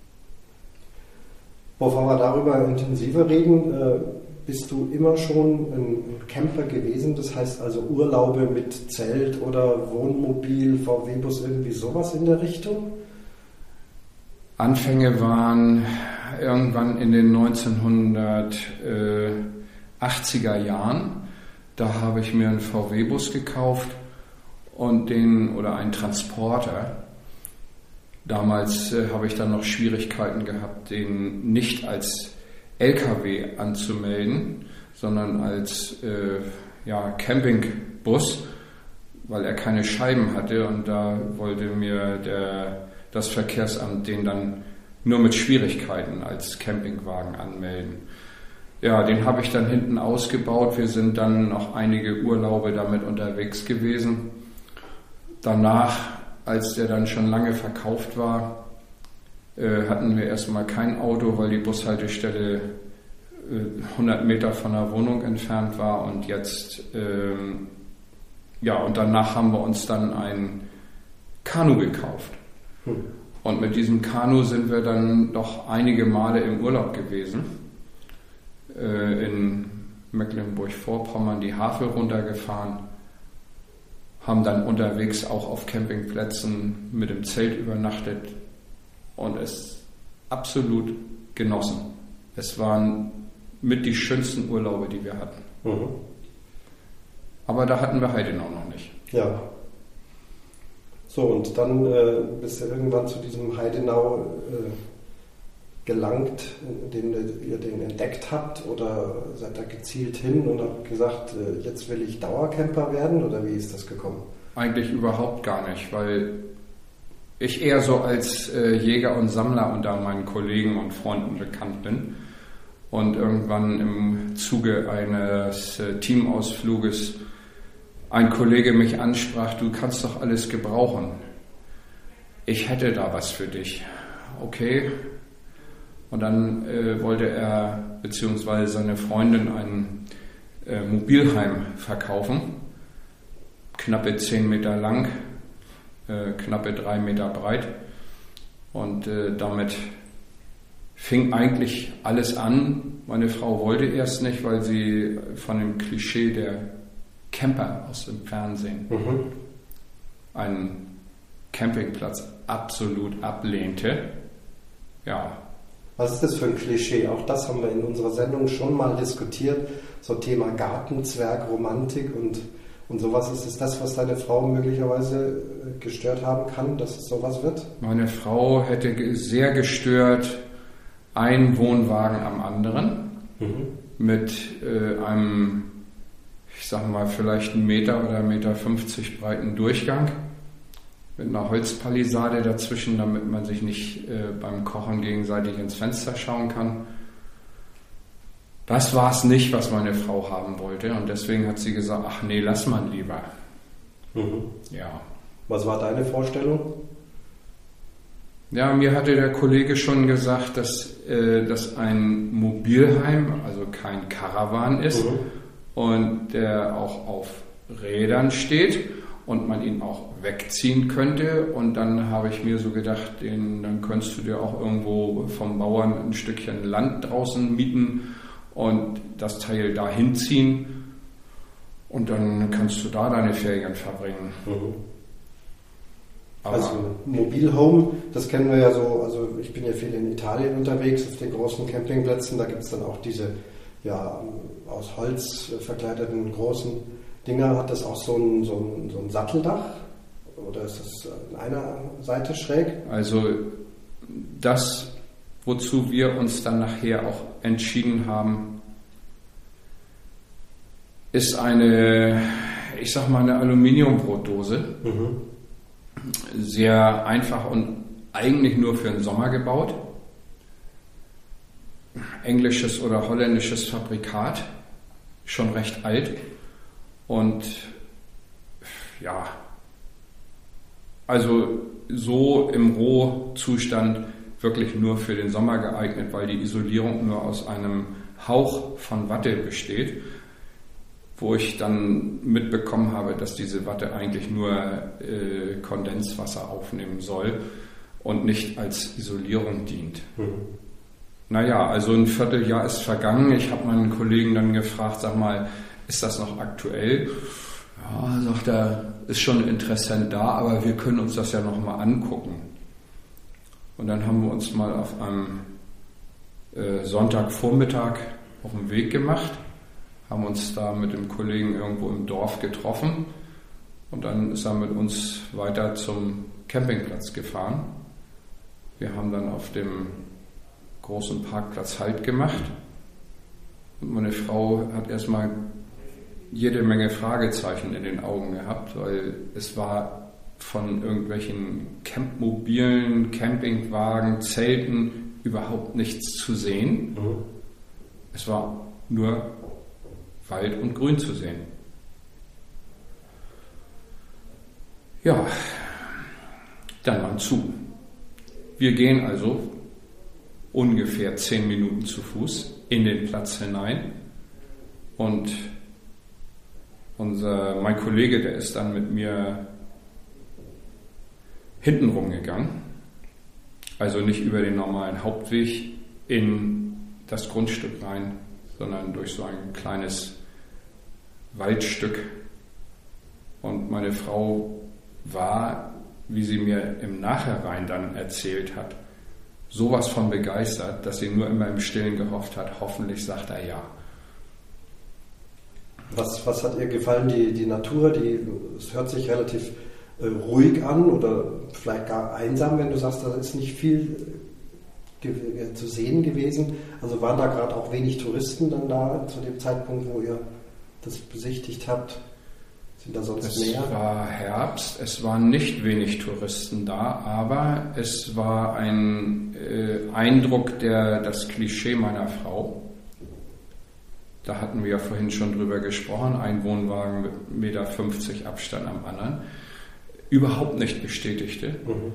Bevor wir darüber intensiver reden, äh, bist du immer schon ein Camper gewesen? Das heißt also Urlaube mit Zelt oder Wohnmobil, V W-Bus, irgendwie sowas in der Richtung? Anfänge waren irgendwann in den neunzehnhundertachtziger Jahren. Da habe ich mir einen V W-Bus gekauft und den oder einen Transporter. Damals äh, habe ich dann noch Schwierigkeiten gehabt, den nicht als L K W anzumelden, sondern als äh, ja, Campingbus, weil er keine Scheiben hatte und da wollte mir der, das Verkehrsamt den dann nur mit Schwierigkeiten als Campingwagen anmelden. Ja, den habe ich dann hinten ausgebaut. Wir sind dann noch einige Urlaube damit unterwegs gewesen. Danach, als der dann schon lange verkauft war, äh, hatten wir erstmal kein Auto, weil die Bushaltestelle äh, hundert Meter von der Wohnung entfernt war. Und jetzt, ähm, ja, und danach haben wir uns dann ein Kanu gekauft. Hm. Und mit diesem Kanu sind wir dann doch einige Male im Urlaub gewesen. Äh, in Mecklenburg-Vorpommern die Havel runtergefahren. Haben dann unterwegs auch auf Campingplätzen mit dem Zelt übernachtet und es absolut genossen. Es waren mit die schönsten Urlaube, die wir hatten. Mhm. Aber da hatten wir Heidenau noch nicht. Ja. So, und dann äh, bist du irgendwann zu diesem Heidenau äh, gelangt, den ihr den entdeckt habt, oder seid da gezielt hin und habt gesagt, jetzt will ich Dauercamper werden, oder wie ist das gekommen? Eigentlich überhaupt gar nicht, weil ich eher so als äh, Jäger und Sammler unter meinen Kollegen und Freunden bekannt bin. und irgendwann im Zuge eines äh, Teamausfluges ein Kollege mich ansprach, du kannst doch alles gebrauchen. Ich hätte da was für dich. Okay. Und dann äh, wollte er bzw. seine Freundin ein äh, Mobilheim verkaufen. Knappe zehn Meter lang, äh, knappe drei Meter breit. Und äh, damit fing eigentlich alles an. Meine Frau wollte erst nicht, weil sie von dem Klischee der Camper aus dem Fernsehen mhm. einen Campingplatz absolut ablehnte. Ja. Was ist das für ein Klischee? Auch das haben wir in unserer Sendung schon mal diskutiert. So Thema Gartenzwerg, Romantik und, und sowas. Ist es das, was deine Frau möglicherweise gestört haben kann, dass es sowas wird? Meine Frau hätte sehr gestört ein Wohnwagen am anderen mhm. mit äh, einem, ich sag mal, vielleicht einen Meter oder einen Meter fünfzig breiten Durchgang mit einer Holzpalisade dazwischen, damit man sich nicht äh, beim Kochen gegenseitig ins Fenster schauen kann. Das war es nicht, was meine Frau haben wollte, und deswegen hat sie gesagt, ach nee, lass mal lieber. Mhm. Ja. Was war deine Vorstellung? Ja, mir hatte der Kollege schon gesagt, dass äh, das ein Mobilheim, also kein Caravan ist mhm. und der auch auf Rädern steht und man ihn auch wegziehen könnte. Und dann habe ich mir so gedacht, den, dann könntest du dir auch irgendwo vom Bauern ein Stückchen Land draußen mieten und das Teil da hinziehen und dann kannst du da deine Ferien verbringen. Mhm. Also Mobilhome, das kennen wir ja so, also ich bin ja viel in Italien unterwegs, auf den großen Campingplätzen, da gibt es dann auch diese ja, aus Holz verkleideten großen Dinger. Hat das auch so ein, so ein, so ein Satteldach oder ist das an einer Seite schräg? Also das, wozu wir uns dann nachher auch entschieden haben, ist eine, ich sag mal, eine Aluminiumbrotdose. Mhm. Sehr einfach und eigentlich nur für den Sommer gebaut. Englisches oder holländisches Fabrikat, schon recht alt. Und ja, also so im Rohzustand wirklich nur für den Sommer geeignet, weil die Isolierung nur aus einem Hauch von Watte besteht, wo ich dann mitbekommen habe, dass diese Watte eigentlich nur äh, Kondenswasser aufnehmen soll und nicht als Isolierung dient. Mhm. Naja, also ein Vierteljahr ist vergangen. Ich habe meinen Kollegen dann gefragt, sag mal, ist das noch aktuell? Ja, sagt er, ist schon interessant da, aber wir können uns das ja noch mal angucken. Und dann haben wir uns mal auf einem äh, Sonntagvormittag auf den Weg gemacht, haben uns da mit dem Kollegen irgendwo im Dorf getroffen und dann ist er mit uns weiter zum Campingplatz gefahren. Wir haben dann auf dem großen Parkplatz Halt gemacht und meine Frau hat erstmal jede Menge Fragezeichen in den Augen gehabt, weil es war von irgendwelchen Campmobilen, Campingwagen, Zelten überhaupt nichts zu sehen. Mhm. Es war nur Wald und Grün zu sehen. Ja, dann mal zu. Wir gehen also ungefähr zehn Minuten zu Fuß in den Platz hinein und unser, mein Kollege, der ist dann mit mir hinten rumgegangen, also nicht über den normalen Hauptweg in das Grundstück rein, sondern durch so ein kleines Waldstück. Und meine Frau war, wie sie mir im Nachhinein dann erzählt hat, sowas von begeistert, dass sie nur immer im Stillen gehofft hat, hoffentlich sagt er ja. Was, was hat ihr gefallen? Die, die Natur, die, es hört sich relativ äh, ruhig an oder vielleicht gar einsam, wenn du sagst, da ist nicht viel ge- zu sehen gewesen. Also waren da gerade auch wenig Touristen dann da zu dem Zeitpunkt, wo ihr das besichtigt habt? Sind da sonst es mehr? Es war Herbst, es waren nicht wenig Touristen da, aber es war ein äh, Eindruck, der das Klischee meiner Frau Da hatten wir ja vorhin schon drüber gesprochen, ein Wohnwagen mit eins Komma fünfzig Meter Abstand am anderen, überhaupt nicht bestätigte. Mhm.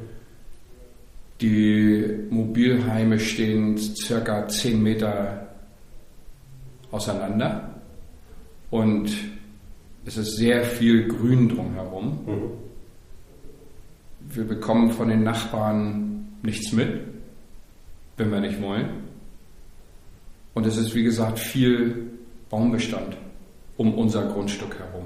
Die Mobilheime stehen circa zehn Meter auseinander und es ist sehr viel Grün drumherum. Mhm. Wir bekommen von den Nachbarn nichts mit, wenn wir nicht wollen. Und es ist, wie gesagt, viel Baumbestand um unser Grundstück herum.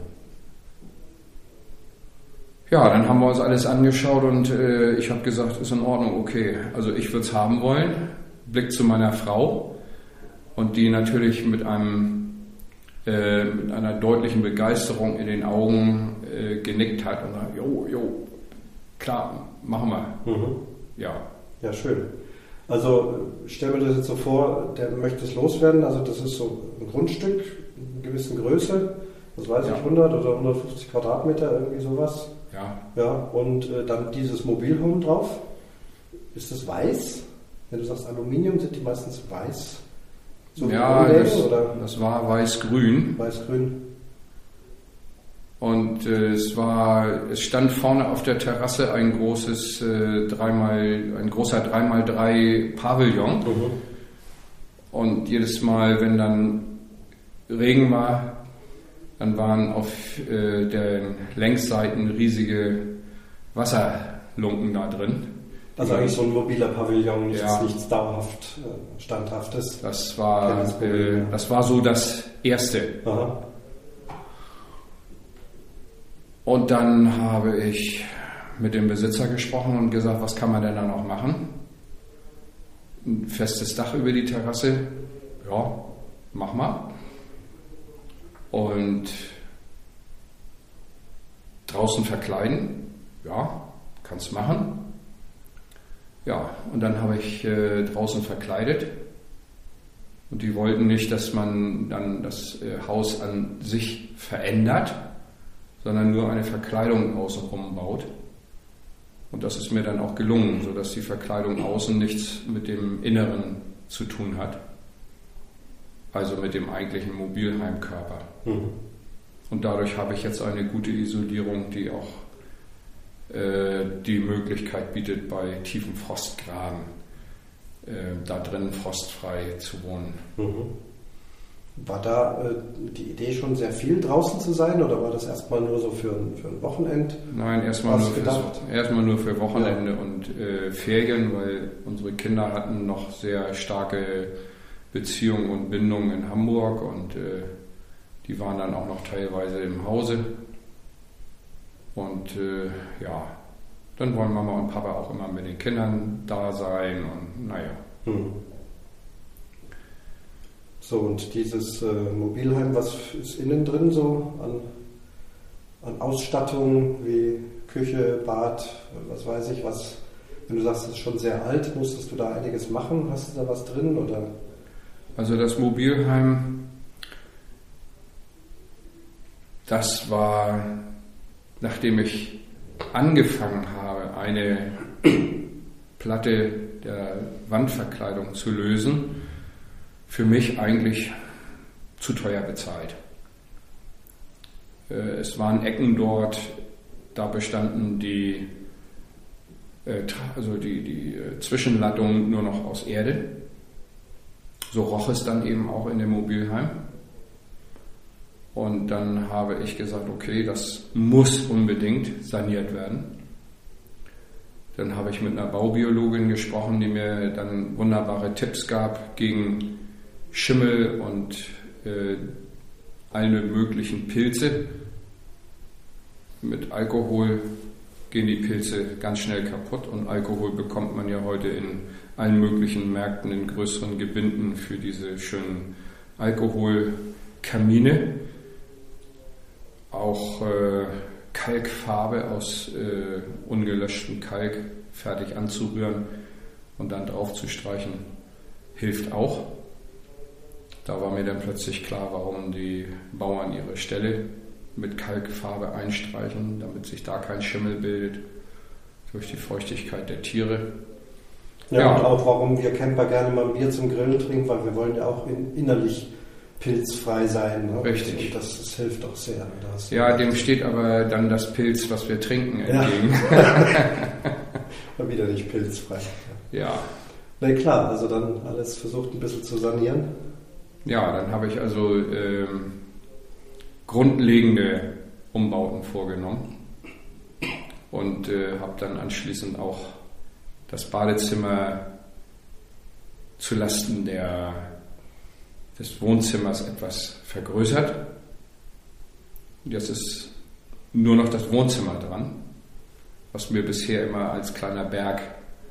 Ja, dann haben wir uns alles angeschaut und äh, ich habe gesagt, ist in Ordnung, okay. Also ich würde es haben wollen. Blick zu meiner Frau und die natürlich mit einem äh, mit einer deutlichen Begeisterung in den Augen äh, genickt hat und sagt, jo, jo, klar, machen wir. Mhm. Ja. Ja, schön. Also stell mir das jetzt so vor, der möchte es loswerden, also das ist so ein Grundstück, einer gewissen Größe, das weiß ja. ich, hundert oder hundertfünfzig Quadratmeter, irgendwie sowas. Ja. Ja, und äh, dann dieses Mobilhome drauf. Ist das weiß? Wenn du sagst Aluminium, sind die meistens weiß? So ja, das, oder? Das war weiß-grün. Weiß-grün. Und äh, es war, es stand vorne auf der Terrasse ein großes äh, dreimal, ein großer drei mal drei Pavillon. Mhm. Und jedes Mal, wenn dann Regen war, dann waren auf äh, den Längsseiten riesige Wasserlunken da drin. Also eigentlich so ein mobiler Pavillon, nichts, ja. nichts dauerhaft äh, Standhaftes. Das war, äh, das war so das Erste. Aha. Und dann habe ich mit dem Besitzer gesprochen und gesagt, was kann man denn da noch machen? Ein festes Dach über die Terrasse, ja, mach mal. Und draußen verkleiden, ja, kannst machen. Ja, und dann habe ich äh, draußen verkleidet. Und die wollten nicht, dass man dann das äh, Haus an sich verändert, sondern nur eine Verkleidung außenrum baut. Und das ist mir dann auch gelungen, sodass die Verkleidung außen nichts mit dem Inneren zu tun hat. Also mit dem eigentlichen Mobilheimkörper. Mhm. Und dadurch habe ich jetzt eine gute Isolierung, die auch äh, die Möglichkeit bietet, bei tiefen Frostgraden äh, da drin frostfrei zu wohnen. Mhm. War da äh, die Idee schon sehr viel draußen zu sein oder war das erstmal nur so für ein, für ein Wochenend? Nein, erstmal nur, für, erstmal nur für Wochenende ja. und äh, Ferien, weil unsere Kinder hatten noch sehr starke Beziehungen und Bindungen in Hamburg und äh, die waren dann auch noch teilweise im Hause. Und äh, ja, dann wollen Mama und Papa auch immer mit den Kindern da sein und naja. Hm. So, und dieses äh, Mobilheim, was ist innen drin so an, an Ausstattung wie Küche, Bad, was weiß ich, was, wenn du sagst, es ist schon sehr alt, musstest du da einiges machen? Hast du da was drin oder? Also das Mobilheim, das war, nachdem ich angefangen habe, eine Platte der Wandverkleidung zu lösen, für mich eigentlich zu teuer bezahlt. Es waren Ecken dort, da bestanden die, also die, die Zwischenlattungen nur noch aus Erde. So roch es dann eben auch in dem Mobilheim. Und dann habe ich gesagt, okay, das muss unbedingt saniert werden. Dann habe ich mit einer Baubiologin gesprochen, die mir dann wunderbare Tipps gab gegen Schimmel und äh, alle möglichen Pilze. Mit Alkohol gehen die Pilze ganz schnell kaputt und Alkohol bekommt man ja heute in allen möglichen Märkten in größeren Gebinden für diese schönen Alkoholkamine. Auch äh, Kalkfarbe aus äh, ungelöschtem Kalk fertig anzurühren und dann drauf zu streichen, hilft auch. Da war mir dann plötzlich klar, warum die Bauern ihre Ställe mit Kalkfarbe einstreichen, damit sich da kein Schimmel bildet durch die Feuchtigkeit der Tiere. Ja, ja. Und auch warum wir Camper gerne mal ein Bier zum Grillen trinken, weil wir wollen ja auch in, innerlich pilzfrei sein. Ne? Richtig. Und das, das hilft auch sehr. Ne? Ja, dem steht aber dann das Pilz, was wir trinken, entgegen. Ja. Mal wieder nicht pilzfrei. Ja. Na klar, also dann alles versucht ein bisschen zu sanieren. Ja, dann habe ich also ähm, grundlegende Umbauten vorgenommen und äh, habe dann anschließend auch das Badezimmer zulasten der, des Wohnzimmers etwas vergrößert. Und jetzt ist nur noch das Wohnzimmer dran, was mir bisher immer als kleiner Berg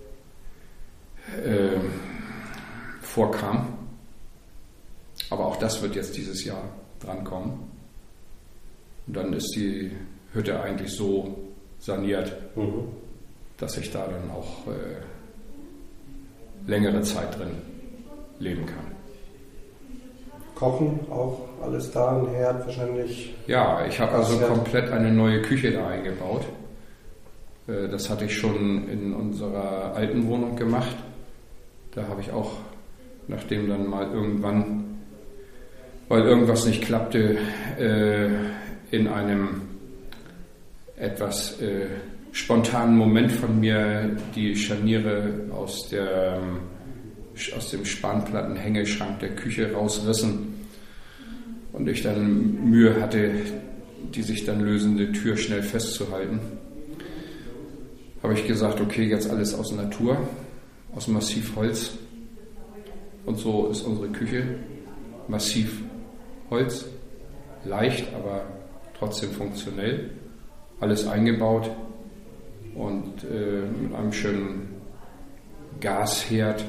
äh, vorkam. Aber auch das wird jetzt dieses Jahr drankommen. Und dann ist die Hütte eigentlich so saniert, mhm. dass ich da dann auch äh, längere Zeit drin leben kann. Kochen auch alles da, ein Herd wahrscheinlich? Ja, ich habe also komplett eine neue Küche da eingebaut. Äh, das hatte ich schon in unserer alten Wohnung gemacht. Da habe ich auch, nachdem dann mal irgendwann, weil irgendwas nicht klappte, äh, in einem etwas äh, spontanen Moment von mir die Scharniere aus, der, aus dem Spanplattenhängeschrank der Küche rausrissen und ich dann Mühe hatte, die sich dann lösende Tür schnell festzuhalten, habe ich gesagt, okay, jetzt alles aus Natur, aus Massivholz. Und so ist unsere Küche Massivholz, leicht, aber trotzdem funktionell, alles eingebaut und äh, mit einem schönen Gasherd,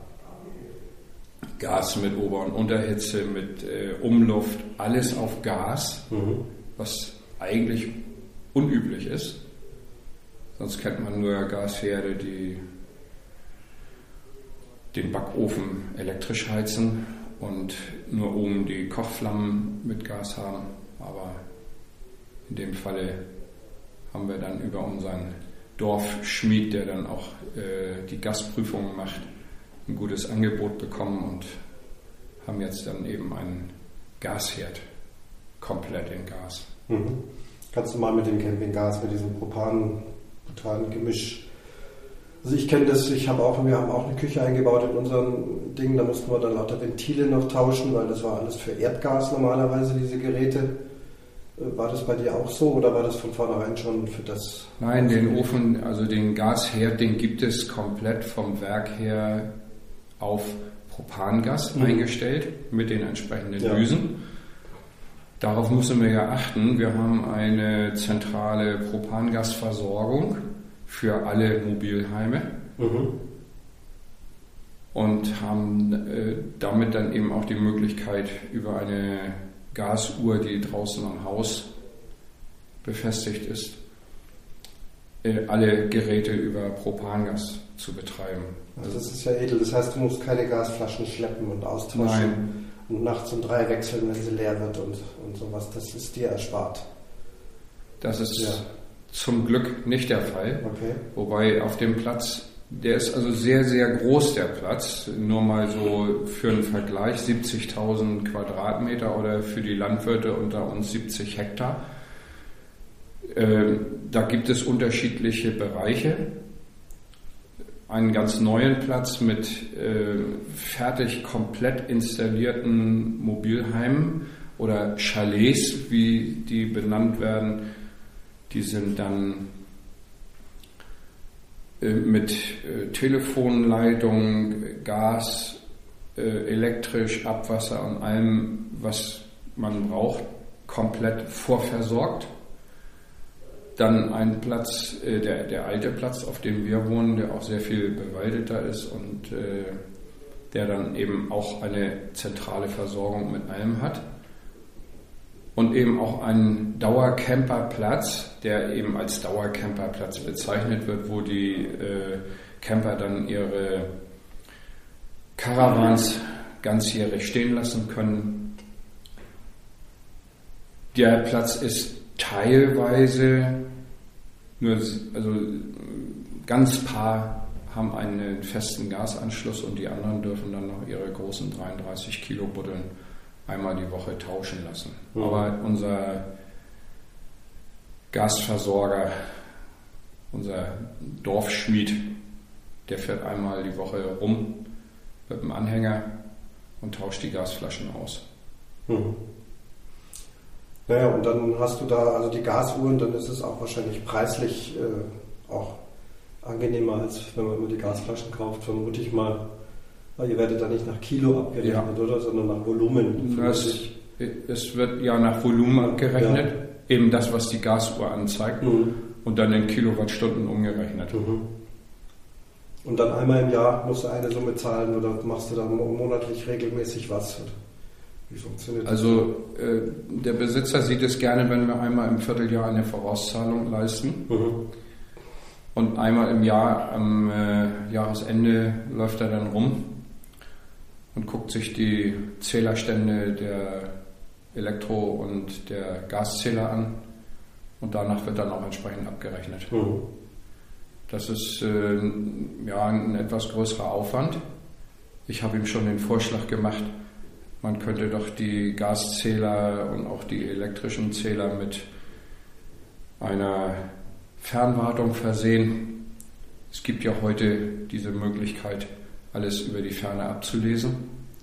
Gas mit Ober- und Unterhitze, mit äh, Umluft, alles auf Gas, mhm. was eigentlich unüblich ist. Sonst kennt man nur Gasherde, die den Backofen elektrisch heizen und nur oben die Kochflammen mit Gas haben. Aber in dem Falle haben wir dann über unseren Dorfschmied, der dann auch äh, die Gasprüfungen macht, ein gutes Angebot bekommen und haben jetzt dann eben einen Gasherd komplett in Gas. Mhm. Kannst du mal mit dem Campinggas, mit diesem Propan, Butan-Gemisch. Also ich kenne das, ich habe auch, wir haben auch eine Küche eingebaut in unserem Ding, da mussten wir dann lauter Ventile noch tauschen, weil das war alles für Erdgas normalerweise, diese Geräte. War das bei dir auch so oder war das von vornherein schon für das? Nein, den Ofen, also den Gasherd, den gibt es komplett vom Werk her auf Propangas mhm. eingestellt mit den entsprechenden ja. Düsen. Darauf müssen wir ja achten. Wir haben eine zentrale Propangasversorgung für alle Mobilheime mhm. und haben äh, damit dann eben auch die Möglichkeit, über eine Gasuhr, die draußen am Haus befestigt ist, äh, alle Geräte über Propangas zu betreiben. Also das ist ja edel. Das heißt, du musst keine Gasflaschen schleppen und austauschen. Nein. Und nachts um drei wechseln, wenn sie leer wird und, und sowas. Das ist dir erspart. Das ist ja. zum Glück nicht der Fall. Okay. Wobei auf dem Platz, der ist also sehr, sehr groß, der Platz. Nur mal so für einen Vergleich, siebzigtausend Quadratmeter oder für die Landwirte unter uns siebzig Hektar. Ähm, da gibt es unterschiedliche Bereiche. Einen ganz neuen Platz mit äh, fertig komplett installierten Mobilheimen oder Chalets, wie die benannt werden. Die sind dann äh, mit äh, Telefonleitung, Gas, äh, elektrisch, Abwasser und allem, was man braucht, komplett vorversorgt. Dann ein Platz, äh, der, der alte Platz, auf dem wir wohnen, der auch sehr viel bewaldeter ist und äh, der dann eben auch eine zentrale Versorgung mit allem hat. Und eben auch ein Dauercamperplatz, der eben als Dauercamperplatz bezeichnet wird, wo die äh, Camper dann ihre Caravans ganzjährig stehen lassen können. Der Platz ist teilweise, nur also ganz paar haben einen festen Gasanschluss und die anderen dürfen dann noch ihre großen dreiunddreißig Kilo Buddeln einmal die Woche tauschen lassen. Mhm. Aber unser Gasversorger, unser Dorfschmied, der fährt einmal die Woche rum mit dem Anhänger und tauscht die Gasflaschen aus. Mhm. Naja, und dann hast du da also die Gasuhren, dann ist es auch wahrscheinlich preislich äh, auch angenehmer, als wenn man immer die Gasflaschen kauft, vermute ich mal. Weil ihr werdet da nicht nach Kilo abgerechnet, ja. oder? Sondern nach Volumen. Es, es wird ja nach Volumen abgerechnet, ja. Eben das, was die Gasuhr anzeigt, mhm. und dann in Kilowattstunden umgerechnet. Mhm. Und dann einmal im Jahr musst du eine Summe zahlen oder machst du dann monatlich regelmäßig was? Wie funktioniert das? Also äh, der Besitzer sieht es gerne, wenn wir einmal im Vierteljahr eine Vorauszahlung leisten. Mhm. Und einmal im Jahr, am äh, Jahresende, läuft er dann rum und guckt sich die Zählerstände der Elektro- und der Gaszähler an. Und danach wird dann auch entsprechend abgerechnet. Mhm. Das ist äh, ja, ein etwas größerer Aufwand. Ich habe ihm schon den Vorschlag gemacht, man könnte doch die Gaszähler und auch die elektrischen Zähler mit einer Fernwartung versehen. Es gibt ja heute diese Möglichkeit, alles über die Ferne abzulesen.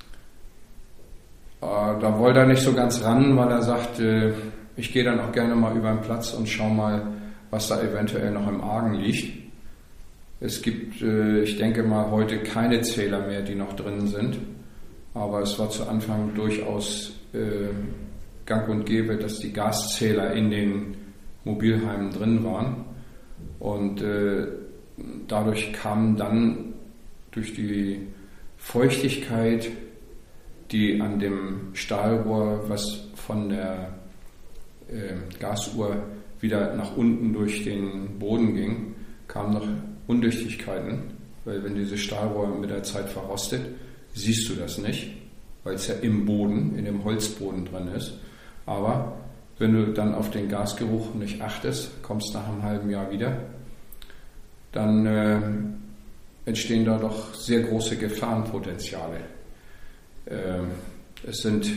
Äh, da wollte er nicht so ganz ran, weil er sagt, äh, ich gehe dann auch gerne mal über den Platz und schaue mal, was da eventuell noch im Argen liegt. Es gibt, äh, ich denke mal, heute keine Zähler mehr, die noch drin sind. Aber es war zu Anfang durchaus äh, gang und gäbe, dass die Gaszähler in den Mobilheimen drin waren. Und äh, dadurch kamen dann durch die Feuchtigkeit, die an dem Stahlrohr, was von der äh, Gasuhr wieder nach unten durch den Boden ging, kamen noch Undurchtigkeiten, weil wenn dieses Stahlrohr mit der Zeit verrostet, siehst du das nicht, weil es ja im Boden, in dem Holzboden drin ist. Aber wenn du dann auf den Gasgeruch nicht achtest, kommst nach einem halben Jahr wieder, dann äh, entstehen da doch sehr große Gefahrenpotenziale. Äh, es sind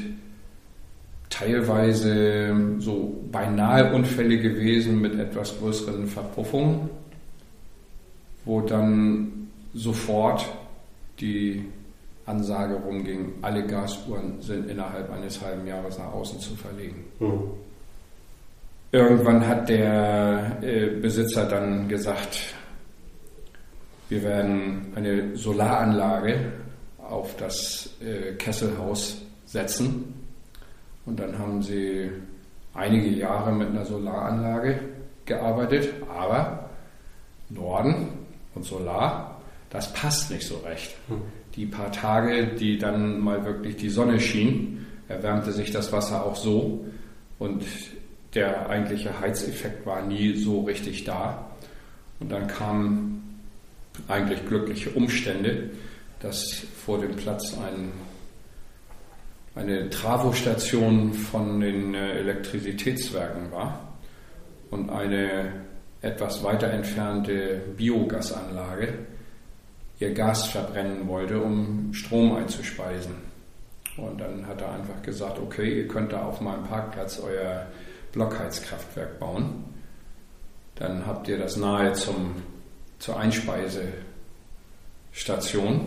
teilweise so beinahe Unfälle gewesen mit etwas größeren Verpuffungen, wo dann sofort die Ansage rumging, alle Gasuhren sind innerhalb eines halben Jahres nach außen zu verlegen. Mhm. Irgendwann hat der äh, Besitzer dann gesagt, wir werden eine Solaranlage auf das äh, Kesselhaus setzen. Und dann haben sie einige Jahre mit einer Solaranlage gearbeitet, aber Norden und Solar, das passt nicht so recht. Mhm. Die paar Tage, die dann mal wirklich die Sonne schien, erwärmte sich das Wasser auch so und der eigentliche Heizeffekt war nie so richtig da. Und dann kamen eigentlich glückliche Umstände, dass vor dem Platz ein, eine Travostation von den Elektrizitätswerken war und eine etwas weiter entfernte Biogasanlage ihr Gas verbrennen wollte, um Strom einzuspeisen. Und dann hat er einfach gesagt, okay, ihr könnt da auf meinem Parkplatz euer Blockheizkraftwerk bauen. Dann habt ihr das nahe zum, zur Einspeisestation.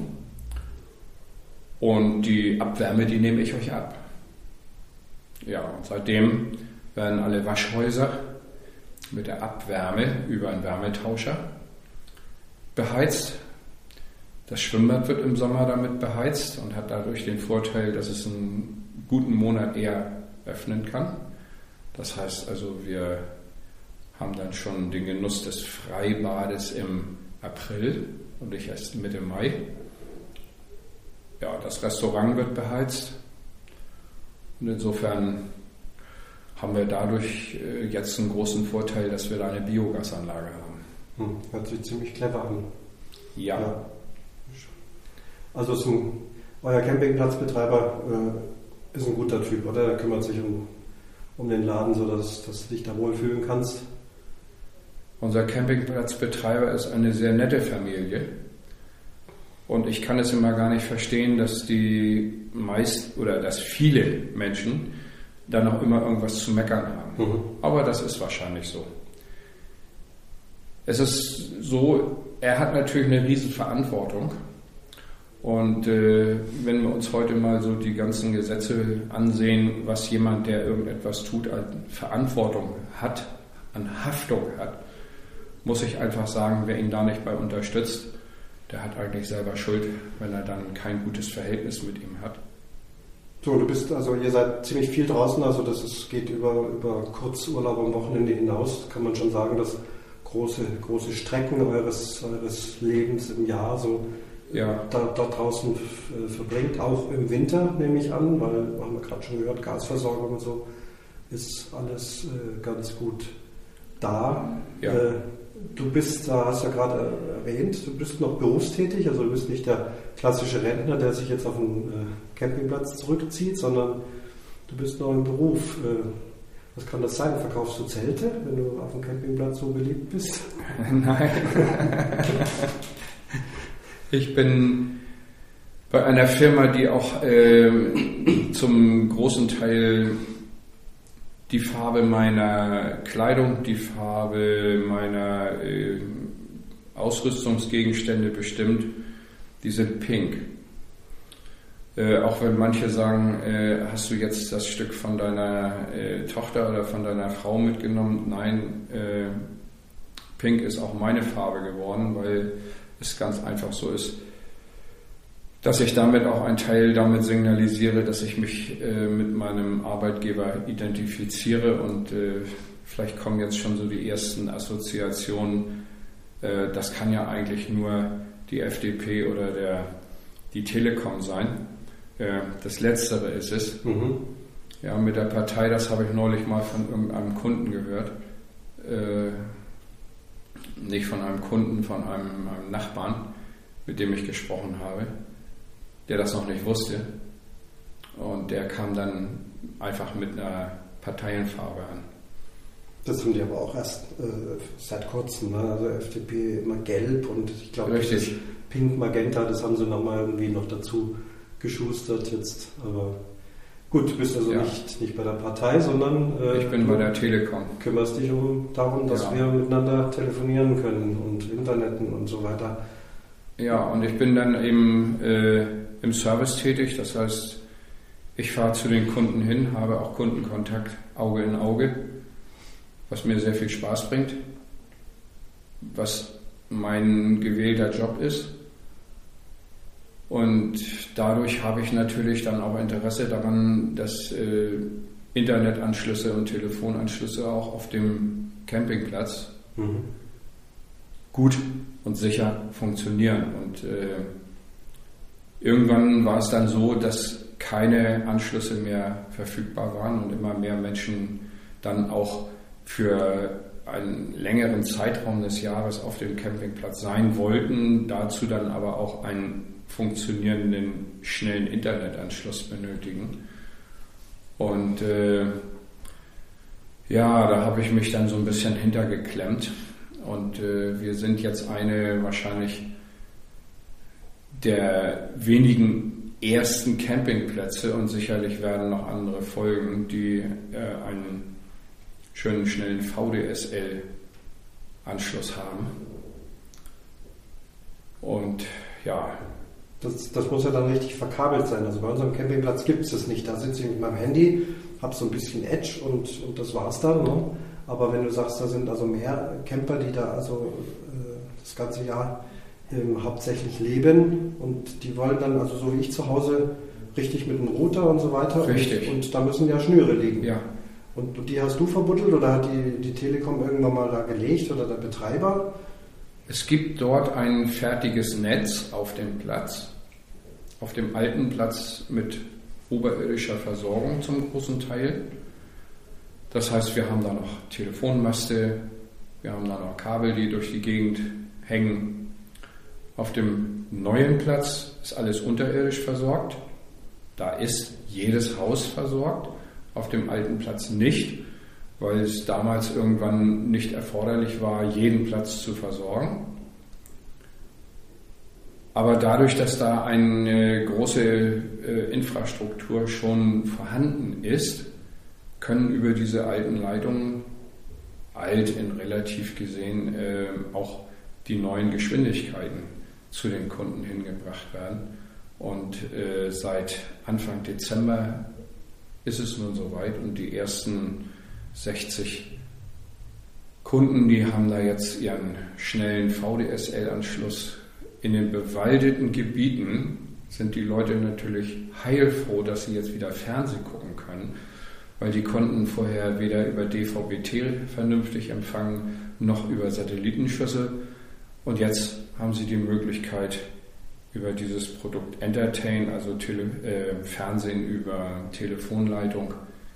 Und die Abwärme, die nehme ich euch ab. Ja, und seitdem werden alle Waschhäuser mit der Abwärme über einen Wärmetauscher beheizt. Das Schwimmbad wird im Sommer damit beheizt und hat dadurch den Vorteil, dass es einen guten Monat eher öffnen kann. Das heißt also, wir haben dann schon den Genuss des Freibades im April und nicht erst Mitte Mai. Ja, das Restaurant wird beheizt und insofern haben wir dadurch jetzt einen großen Vorteil, dass wir da eine Biogasanlage haben. Hm, hört sich ziemlich clever an. Ja. ja. Also ist ein, euer Campingplatzbetreiber äh, ist ein guter Typ, oder? Der kümmert sich um, um den Laden, sodass dass du dich da wohlfühlen kannst. Unser Campingplatzbetreiber ist eine sehr nette Familie. Und ich kann es immer gar nicht verstehen, dass die meist oder dass viele Menschen dann auch immer irgendwas zu meckern haben. Mhm. Aber das ist wahrscheinlich so. Es ist so, er hat natürlich eine riesen Verantwortung. Und äh, wenn wir uns heute mal so die ganzen Gesetze ansehen, was jemand, der irgendetwas tut, an Verantwortung hat, an Haftung hat, muss ich einfach sagen, wer ihn da nicht bei unterstützt, der hat eigentlich selber Schuld, wenn er dann kein gutes Verhältnis mit ihm hat. So, du bist, also ihr seid ziemlich viel draußen, also das ist, geht über, über Kurzurlaub am Wochenende hinaus, kann man schon sagen, dass große, große Strecken eures, eures Lebens im Jahr so ja. da, da draußen f- verbringt, auch im Winter nehme ich an, weil, haben wir gerade schon gehört, Gasversorgung und so, ist alles äh, ganz gut da. Ja. Äh, du bist, da hast du ja gerade erwähnt, du bist noch berufstätig, also du bist nicht der klassische Rentner, der sich jetzt auf einen äh, Campingplatz zurückzieht, sondern du bist noch im Beruf. Äh, was kann das sein? Verkaufst du Zelte, wenn du auf dem Campingplatz so beliebt bist? Nein. Ich bin bei einer Firma, die auch äh, zum großen Teil die Farbe meiner Kleidung, die Farbe meiner äh, Ausrüstungsgegenstände bestimmt. Die sind pink. Äh, auch wenn manche sagen, äh, hast du jetzt das Stück von deiner äh, Tochter oder von deiner Frau mitgenommen? Nein, äh, pink ist auch meine Farbe geworden, weil es ganz einfach so ist, dass ich damit auch einen Teil damit signalisiere, dass ich mich äh, mit meinem Arbeitgeber identifiziere und äh, vielleicht kommen jetzt schon so die ersten Assoziationen. Äh, das kann ja eigentlich nur die F D P oder der, die Telekom sein. Äh, das Letztere ist es. Mhm. Ja, mit der Partei, das habe ich neulich mal von irgendeinem Kunden gehört. Äh, nicht von einem Kunden, von einem, einem Nachbarn, mit dem ich gesprochen habe, der das noch nicht wusste. Und der kam dann einfach mit einer Parteienfarbe an. Das haben die aber auch erst äh, seit kurzem, ne? Also F D P immer gelb und ich glaube, Pink Magenta, das haben sie nochmal irgendwie noch dazu geschustert jetzt. Aber gut, du bist also ja. nicht, nicht bei der Partei, sondern äh, ich bin bei der Telekom. Kümmerst dich um darum, dass ja. wir miteinander telefonieren können und Interneten und so weiter. Ja, und ich bin dann eben äh, im Service tätig, das heißt, ich fahre zu den Kunden hin, habe auch Kundenkontakt Auge in Auge, was mir sehr viel Spaß bringt, was mein gewählter Job ist. Und dadurch habe ich natürlich dann auch Interesse daran, dass äh, Internetanschlüsse und Telefonanschlüsse auch auf dem Campingplatz mhm. gut und sicher funktionieren. Und äh, irgendwann war es dann so, dass keine Anschlüsse mehr verfügbar waren und immer mehr Menschen dann auch für einen längeren Zeitraum des Jahres auf dem Campingplatz sein wollten, dazu dann aber auch einen funktionierenden, schnellen Internetanschluss benötigen. Und äh, ja, da habe ich mich dann so ein bisschen hintergeklemmt. Und äh, wir sind jetzt eine wahrscheinlich der wenigen ersten Campingplätze und sicherlich werden noch andere folgen, die äh, einen schönen, schnellen V D S L-Anschluss haben. Und ja, Das, das muss ja dann richtig verkabelt sein. Also bei unserem Campingplatz gibt es das nicht. Da sitze ich mit meinem Handy, habe so ein bisschen Edge und, und das war's dann. Ne? Aber wenn du sagst, da sind also mehr Camper, die da also äh, das ganze Jahr ähm, hauptsächlich leben und die wollen dann, also so wie ich zu Hause, richtig mit dem Router und so weiter. Richtig. Und, und da müssen ja Schnüre liegen. Ja. Und die hast du verbuddelt oder hat die, die Telekom irgendwann mal da gelegt oder der Betreiber? Es gibt dort ein fertiges Netz auf dem Platz, auf dem alten Platz mit oberirdischer Versorgung zum großen Teil. Das heißt, wir haben da noch Telefonmaste, wir haben da noch Kabel, die durch die Gegend hängen. Auf dem neuen Platz ist alles unterirdisch versorgt. Da ist jedes Haus versorgt, auf dem alten Platz nicht, weil es damals irgendwann nicht erforderlich war, jeden Platz zu versorgen. Aber dadurch, dass da eine große äh, Infrastruktur schon vorhanden ist, können über diese alten Leitungen, alt in relativ gesehen, äh, auch die neuen Geschwindigkeiten zu den Kunden hingebracht werden. Und äh, seit Anfang Dezember ist es nun soweit und die ersten sechzig Kunden, die haben da jetzt ihren schnellen V D S L-Anschluss. In den bewaldeten Gebieten sind die Leute natürlich heilfroh, dass sie jetzt wieder Fernsehen gucken können, weil die konnten vorher weder über D V B T vernünftig empfangen, noch über Satellitenschüssel. Und jetzt haben sie die Möglichkeit, über dieses Produkt Entertain, also Tele, äh, Fernsehen über Telefonleitung,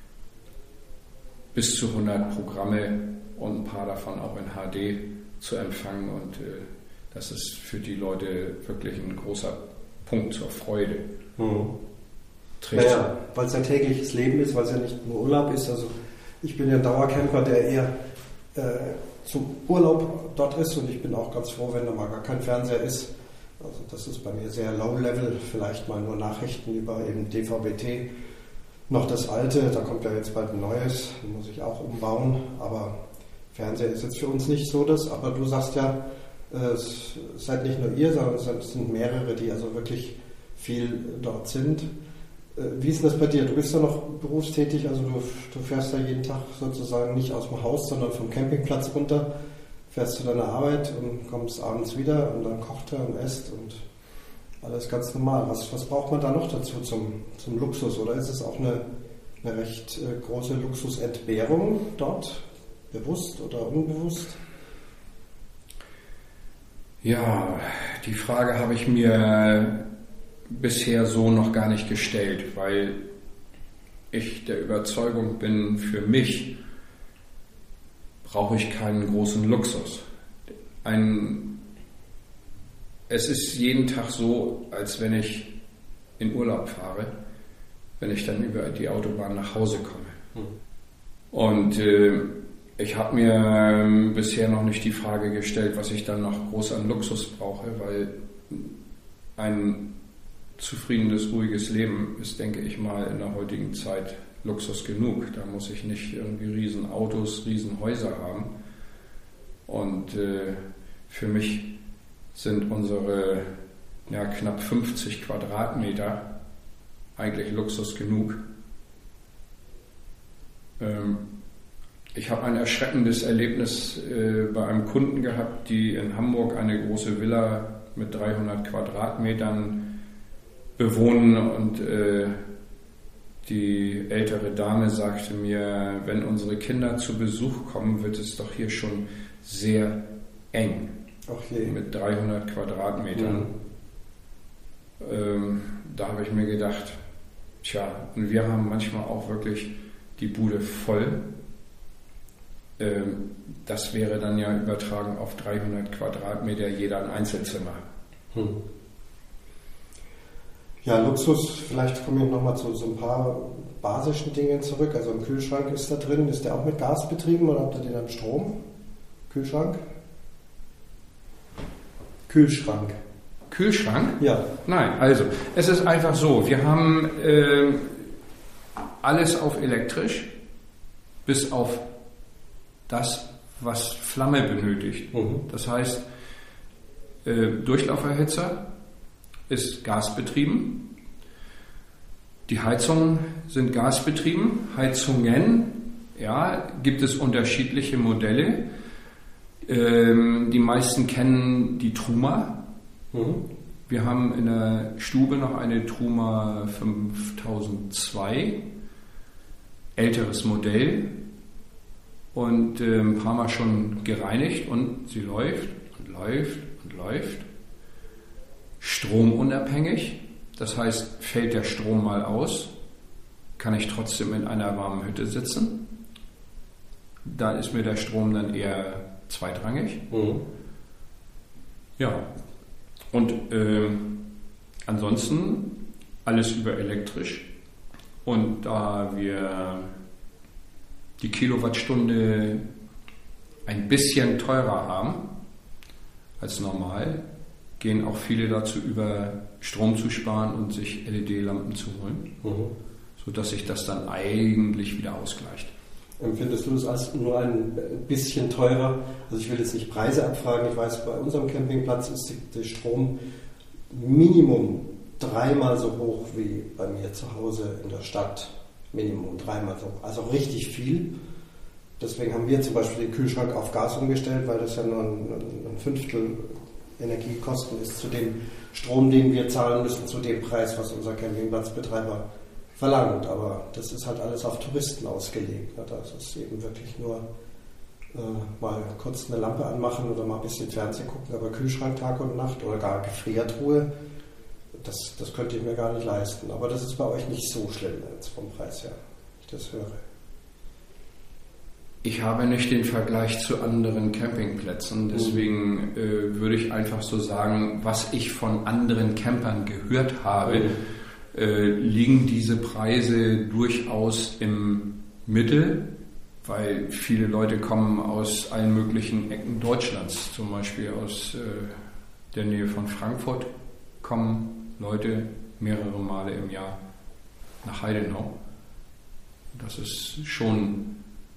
bis zu hundert Programme und ein paar davon auch in H D zu empfangen. Und äh, das ist für die Leute wirklich ein großer Punkt zur Freude. Mhm. Naja, weil es ein tägliches Leben ist, weil es ja nicht nur Urlaub ist. Also ich bin ja ein Dauercamper, der eher äh, zum Urlaub dort ist, und ich bin auch ganz froh, wenn da mal gar kein Fernseher ist. Also das ist bei mir sehr low-level, vielleicht mal nur Nachrichten über eben D V B T. Noch das alte, da kommt ja jetzt bald ein neues, muss ich auch umbauen, aber Fernseher ist jetzt für uns nicht so das. Aber du sagst ja, es seid nicht nur ihr, sondern es sind mehrere, die also wirklich viel dort sind. Wie ist denn das bei dir? Du bist ja noch berufstätig, also du, du fährst ja jeden Tag sozusagen nicht aus dem Haus, sondern vom Campingplatz runter, fährst zu deiner Arbeit und kommst abends wieder und dann kocht er und esst und alles ganz normal. Was, was braucht man da noch dazu zum, zum Luxus? Oder ist es auch eine, eine recht äh, große Luxusentbehrung dort? Bewusst oder unbewusst? Ja, die Frage habe ich mir bisher so noch gar nicht gestellt, weil ich der Überzeugung bin, für mich brauche ich keinen großen Luxus. Ein, es ist jeden Tag so, als wenn ich in Urlaub fahre, wenn ich dann über die Autobahn nach Hause komme. Hm. Und äh, ich habe mir ähm, bisher noch nicht die Frage gestellt, was ich dann noch groß an Luxus brauche, weil ein zufriedenes, ruhiges Leben ist, denke ich mal, in der heutigen Zeit Luxus genug. Da muss ich nicht irgendwie riesen Autos, riesen Häuser haben. Und äh, für mich sind unsere ja, knapp fünfzig Quadratmeter eigentlich Luxus genug. Ähm, ich habe ein erschreckendes Erlebnis äh, bei einem Kunden gehabt, die in Hamburg eine große Villa mit dreihundert Quadratmetern bewohnen, und äh, die ältere Dame sagte mir, wenn unsere Kinder zu Besuch kommen, wird es doch hier schon sehr eng. Okay. Mit dreihundert Quadratmetern. Mhm. Ähm, da habe ich mir gedacht, tja, und wir haben manchmal auch wirklich die Bude voll. Ähm, das wäre dann ja übertragen auf dreihundert Quadratmeter jeder ein Einzelzimmer. Mhm. Ja, Luxus, vielleicht komme ich nochmal zu so ein paar basischen Dingen zurück. Also ein Kühlschrank ist da drin. Ist der auch mit Gas betrieben oder habt ihr den an Strom? Kühlschrank? Kühlschrank. Kühlschrank? Ja. Nein, also es ist einfach so, wir haben äh, alles auf elektrisch, bis auf das, was Flamme benötigt. Mhm. Das heißt, äh, Durchlauferhitzer ist gasbetrieben. Die Heizungen sind gasbetrieben. Heizungen, ja, gibt es unterschiedliche Modelle. Ähm, die meisten kennen die Truma. Mhm. Wir haben in der Stube noch eine Truma fünftausendzwei, älteres Modell, und äh, ein paar Mal schon gereinigt, und sie läuft und läuft und läuft. Stromunabhängig, das heißt, fällt der Strom mal aus, kann ich trotzdem in einer warmen Hütte sitzen. Da ist mir der Strom dann eher zweitrangig. Mhm. Ja, und äh, ansonsten alles über elektrisch. Und da wir die Kilowattstunde ein bisschen teurer haben als normal, gehen auch viele dazu über, Strom zu sparen und sich L E D-Lampen zu holen, mhm. sodass sich das dann eigentlich wieder ausgleicht. Empfindest du es als nur ein bisschen teurer? Also ich will jetzt nicht Preise abfragen, ich weiß, bei unserem Campingplatz ist der Strom Minimum dreimal so hoch wie bei mir zu Hause in der Stadt. Minimum dreimal so hoch, also richtig viel. Deswegen haben wir zum Beispiel den Kühlschrank auf Gas umgestellt, weil das ja nur ein, ein Fünftel Energiekosten ist zu dem Strom, den wir zahlen müssen, zu dem Preis, was unser Campingplatzbetreiber verlangt. Aber das ist halt alles auf Touristen ausgelegt. Das ist eben wirklich nur äh, mal kurz eine Lampe anmachen oder mal ein bisschen Fernsehen gucken, aber Kühlschrank Tag und Nacht oder gar Gefriertruhe, das, das könnte ich mir gar nicht leisten. Aber das ist bei euch nicht so schlimm jetzt vom Preis her, wenn ich das höre. Ich habe nicht den Vergleich zu anderen Campingplätzen, deswegen äh, würde ich einfach so sagen, was ich von anderen Campern gehört habe, mhm. äh, liegen diese Preise durchaus im Mittel, weil viele Leute kommen aus allen möglichen Ecken Deutschlands, zum Beispiel aus äh, der Nähe von Frankfurt kommen Leute mehrere Male im Jahr nach Heidenau. Das ist schon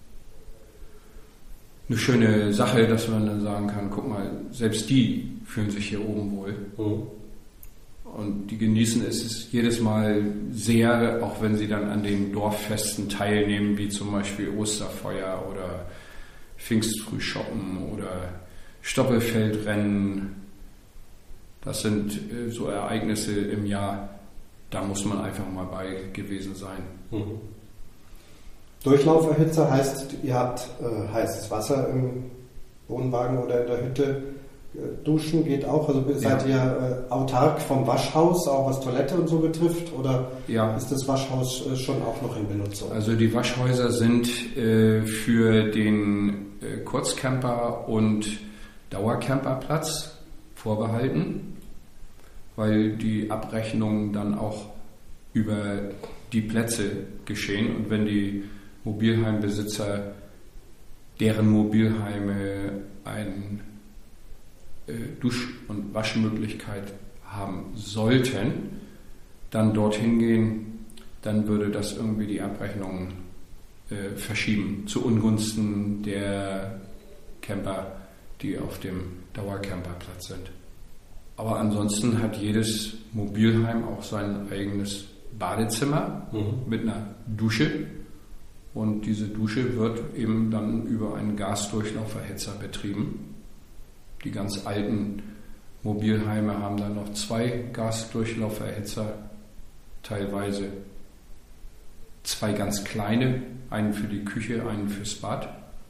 eine schöne Sache, dass man dann sagen kann, guck mal, selbst die fühlen sich hier oben wohl. Mhm. Und die genießen es jedes Mal sehr, auch wenn sie dann an den Dorffesten teilnehmen, wie zum Beispiel Osterfeuer oder Pfingstfrühschoppen oder Stoppelfeldrennen. Das sind so Ereignisse im Jahr, da muss man einfach mal bei gewesen sein. Mhm. Durchlauferhitzer heißt, ihr habt äh, heißes Wasser im Wohnwagen oder in der Hütte. Äh, duschen geht auch? Also seid ja. ihr äh, autark vom Waschhaus, auch was Toilette und so betrifft? Oder ja. ist das Waschhaus äh, schon auch noch in Benutzung? Also die Waschhäuser sind äh, für den äh, Kurzcamper- und Dauercamperplatz vorbehalten, weil die Abrechnungen dann auch über die Plätze geschehen und wenn die Mobilheimbesitzer, deren Mobilheime eine äh, Dusch- und Waschmöglichkeit haben sollten, dann dorthin gehen, dann würde das irgendwie die Abrechnung äh, verschieben zu Ungunsten der Camper, die auf dem Dauercamperplatz sind. Aber ansonsten hat jedes Mobilheim auch sein eigenes Badezimmer mhm. mit einer Dusche. Und diese Dusche wird eben dann über einen Gasdurchlauferhitzer betrieben. Die ganz alten Mobilheime haben dann noch zwei Gasdurchlauferhitzer, teilweise zwei ganz kleine, einen für die Küche, einen fürs Bad.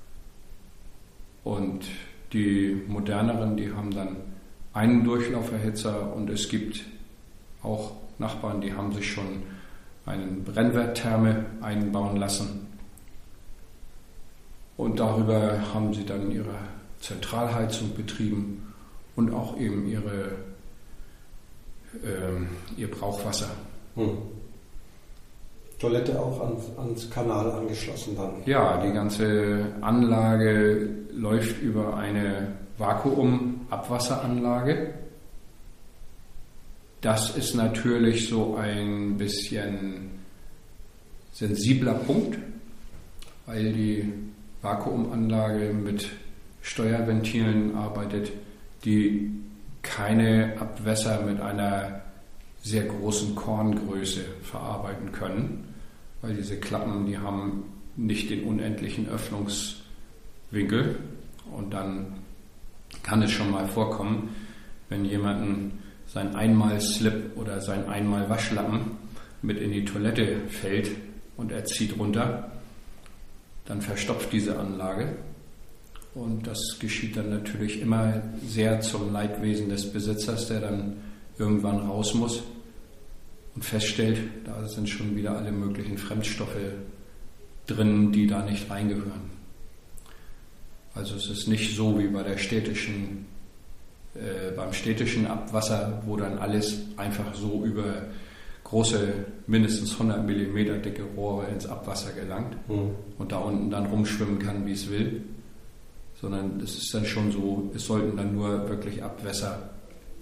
Und die moderneren, die haben dann einen Durchlauferhitzer und es gibt auch Nachbarn, die haben sich schon einen Brennwerttherme einbauen lassen. Und darüber haben sie dann ihre Zentralheizung betrieben und auch eben ihre, äh, ihr Brauchwasser. Hm. Toilette auch ans, ans Kanal angeschlossen dann? Ja, die ganze Anlage läuft über eine Vakuumabwasseranlage. Das ist natürlich so ein bisschen sensibler Punkt, weil die Vakuumanlage mit Steuerventilen arbeitet, die keine Abwässer mit einer sehr großen Korngröße verarbeiten können, weil diese Klappen, die haben nicht den unendlichen Öffnungswinkel und dann kann es schon mal vorkommen, wenn jemanden sein Einmal-Slip oder sein Einmal-Waschlappen mit in die Toilette fällt und er zieht runter, dann verstopft diese Anlage und das geschieht dann natürlich immer sehr zum Leidwesen des Besitzers, der dann irgendwann raus muss und feststellt, da sind schon wieder alle möglichen Fremdstoffe drin, die da nicht reingehören. Also es ist nicht so wie bei der städtischen Äh, beim städtischen Abwasser, wo dann alles einfach so über große, mindestens hundert Millimeter dicke Rohre ins Abwasser gelangt mhm. und da unten dann rumschwimmen kann, wie es will, sondern es ist dann schon so, es sollten dann nur wirklich Abwässer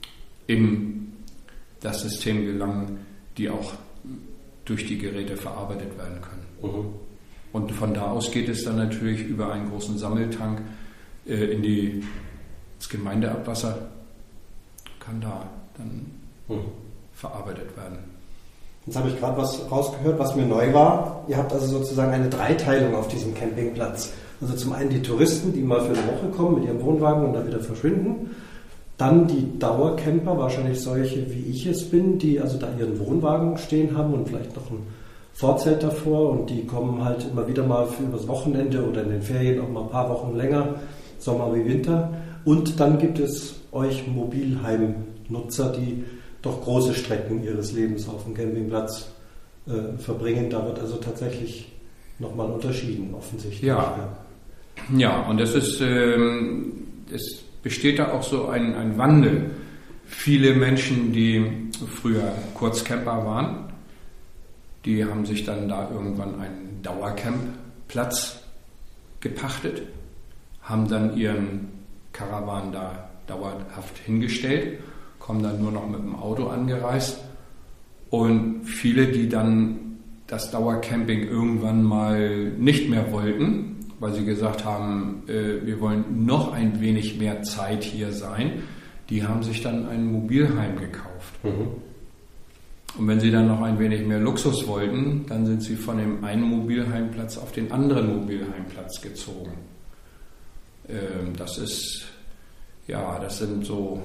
in das System gelangen, die auch durch die Geräte verarbeitet werden können. Mhm. Und von da aus geht es dann natürlich über einen großen Sammeltank äh, in die, ins Gemeindeabwasser, kann da dann mhm. verarbeitet werden. Jetzt habe ich gerade was rausgehört, was mir neu war. Ihr habt also sozusagen eine Dreiteilung auf diesem Campingplatz. Also zum einen die Touristen, die mal für eine Woche kommen mit ihrem Wohnwagen und dann wieder verschwinden. Dann die Dauercamper, wahrscheinlich solche wie ich es bin, die also da ihren Wohnwagen stehen haben und vielleicht noch ein Vorzelt davor und die kommen halt immer wieder mal für übers Wochenende oder in den Ferien auch mal ein paar Wochen länger, Sommer wie Winter. Und dann gibt es euch Mobilheimnutzer, die doch große Strecken ihres Lebens auf dem Campingplatz äh, verbringen. Da wird also tatsächlich nochmal unterschieden, offensichtlich. Ja, ja und das ist, ähm, es besteht da auch so ein, ein Wandel. Viele Menschen, die früher Kurzcamper waren, die haben sich dann da irgendwann einen Dauercampplatz gepachtet, haben dann ihren Caravan da dauerhaft hingestellt, kommen dann nur noch mit dem Auto angereist. Und viele, die dann das Dauercamping irgendwann mal nicht mehr wollten, weil sie gesagt haben, äh, wir wollen noch ein wenig mehr Zeit hier sein, die haben sich dann ein Mobilheim gekauft. Mhm. Und wenn sie dann noch ein wenig mehr Luxus wollten, dann sind sie von dem einen Mobilheimplatz auf den anderen Mobilheimplatz gezogen. Ähm, das ist, ja, das sind so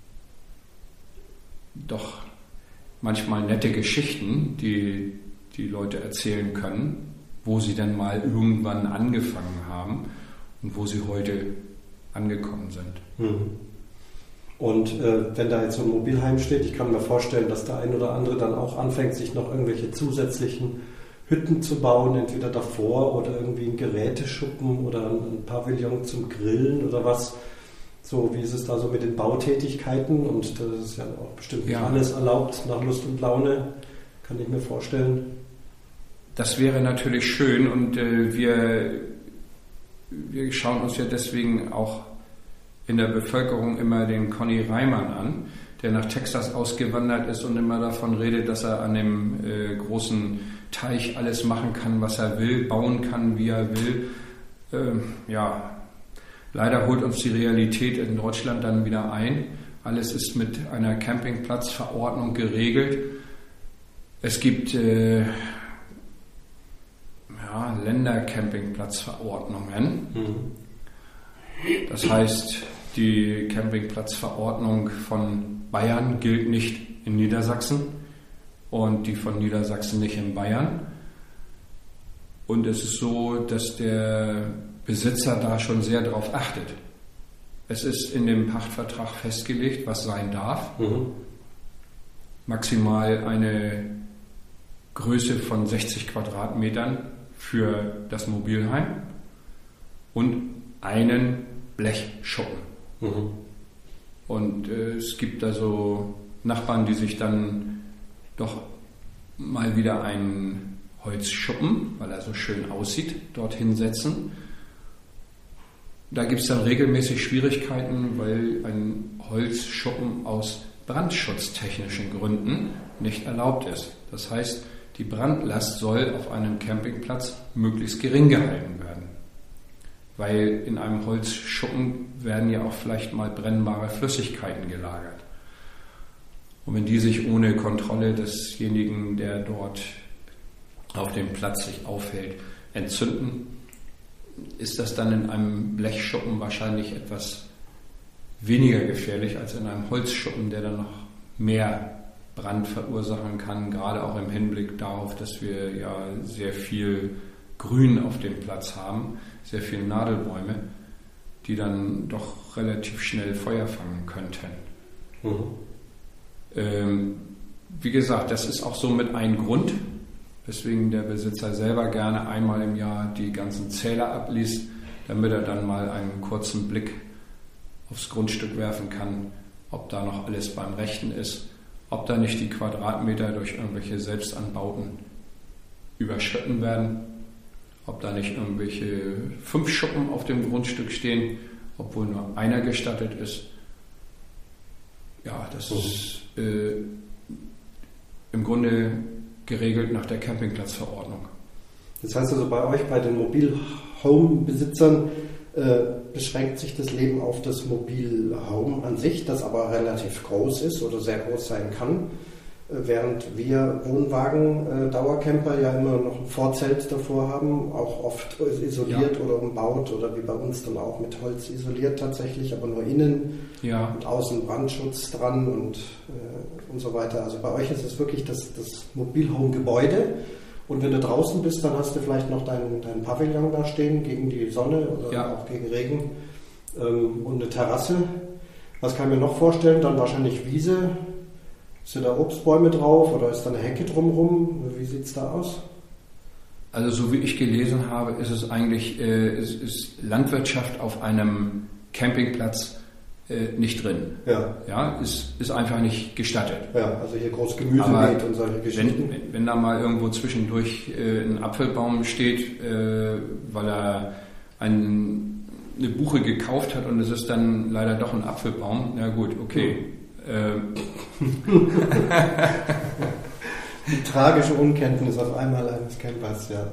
doch manchmal nette Geschichten, die die Leute erzählen können, wo sie dann mal irgendwann angefangen haben und wo sie heute angekommen sind. Mhm. Und äh, wenn da jetzt so ein Mobilheim steht, ich kann mir vorstellen, dass der ein oder andere dann auch anfängt, sich noch irgendwelche zusätzlichen Hütten zu bauen, entweder davor oder irgendwie ein Geräteschuppen oder ein Pavillon zum Grillen oder was. So, wie ist es da so mit den Bautätigkeiten? Und das ist ja auch bestimmt nicht ja. alles erlaubt nach Lust und Laune, kann ich mir vorstellen. Das wäre natürlich schön und äh, wir, wir schauen uns ja deswegen auch in der Bevölkerung immer den Conny Reimann an, der nach Texas ausgewandert ist und immer davon redet, dass er an dem äh, großen Teich alles machen kann, was er will, bauen kann, wie er will. Ähm, ja, leider holt uns die Realität in Deutschland dann wieder ein. Alles ist mit einer Campingplatzverordnung geregelt. Es gibt äh, ja, Ländercampingplatzverordnungen. Mhm. Das heißt, die Campingplatzverordnung von Bayern gilt nicht in Niedersachsen und die von Niedersachsen nicht in Bayern. Und es ist so, dass der Besitzer da schon sehr darauf achtet. Es ist in dem Pachtvertrag festgelegt, was sein darf. Mhm. Maximal eine Größe von sechzig Quadratmetern für das Mobilheim und einen Blechschuppen. Mhm. Und äh, es gibt also Nachbarn, die sich dann doch mal wieder einen Holzschuppen, weil er so schön aussieht, dorthin setzen. Da gibt es dann regelmäßig Schwierigkeiten, weil ein Holzschuppen aus brandschutztechnischen Gründen nicht erlaubt ist. Das heißt, die Brandlast soll auf einem Campingplatz möglichst gering gehalten werden. Weil in einem Holzschuppen werden ja auch vielleicht mal brennbare Flüssigkeiten gelagert. Und wenn die sich ohne Kontrolle desjenigen, der dort auf dem Platz sich aufhält, entzünden, ist das dann in einem Blechschuppen wahrscheinlich etwas weniger gefährlich als in einem Holzschuppen, der dann noch mehr Brand verursachen kann, gerade auch im Hinblick darauf, dass wir ja sehr viel Grün auf dem Platz haben, sehr viele Nadelbäume, die dann doch relativ schnell Feuer fangen könnten. Mhm. Ähm, wie gesagt, das ist auch so mit ein Grund, weswegen der Besitzer selber gerne einmal im Jahr die ganzen Zähler abliest, damit er dann mal einen kurzen Blick aufs Grundstück werfen kann, ob da noch alles beim Rechten ist, ob da nicht die Quadratmeter durch irgendwelche Selbstanbauten überschritten werden, ob da nicht irgendwelche fünf Schuppen auf dem Grundstück stehen, obwohl nur einer gestattet ist. Ja, das ist äh, im Grunde geregelt nach der Campingplatzverordnung. Das heißt also, bei euch, bei den Mobil-Home-Besitzern, äh, beschränkt sich das Leben auf das Mobil-Home an sich, das aber relativ groß ist oder sehr groß sein kann, äh, während wir Wohnwagen-Dauercamper ja immer noch ein Vorzelt davor haben, auch oft isoliert ja. oder umbaut oder wie bei uns dann auch mit Holz isoliert tatsächlich, aber nur innen ja. und außen Brandschutz dran und, äh, und so weiter. Also bei euch ist es wirklich das, das Mobil-Home-Gebäude. Und wenn du draußen bist, dann hast du vielleicht noch deinen, deinen Pavillon da stehen gegen die Sonne oder ja. auch gegen Regen ähm, und eine Terrasse. Was kann ich mir noch vorstellen? Dann wahrscheinlich Wiese. Sind da Obstbäume drauf oder ist da eine Hecke drumherum? Wie sieht es da aus? Also so wie ich gelesen habe, ist es eigentlich äh, ist, ist Landwirtschaft auf einem Campingplatz äh, nicht drin. Ja. Ja, ist, ist einfach nicht gestattet. Ja, also hier groß Gemüsebeet und solche Geschichten. Wenn, wenn da mal irgendwo zwischendurch äh, ein Apfelbaum steht, äh, weil er ein, eine Buche gekauft hat und es ist dann leider doch ein Apfelbaum, na gut, okay. Hm. Die tragische Unkenntnis auf einmal eines Campers, ja.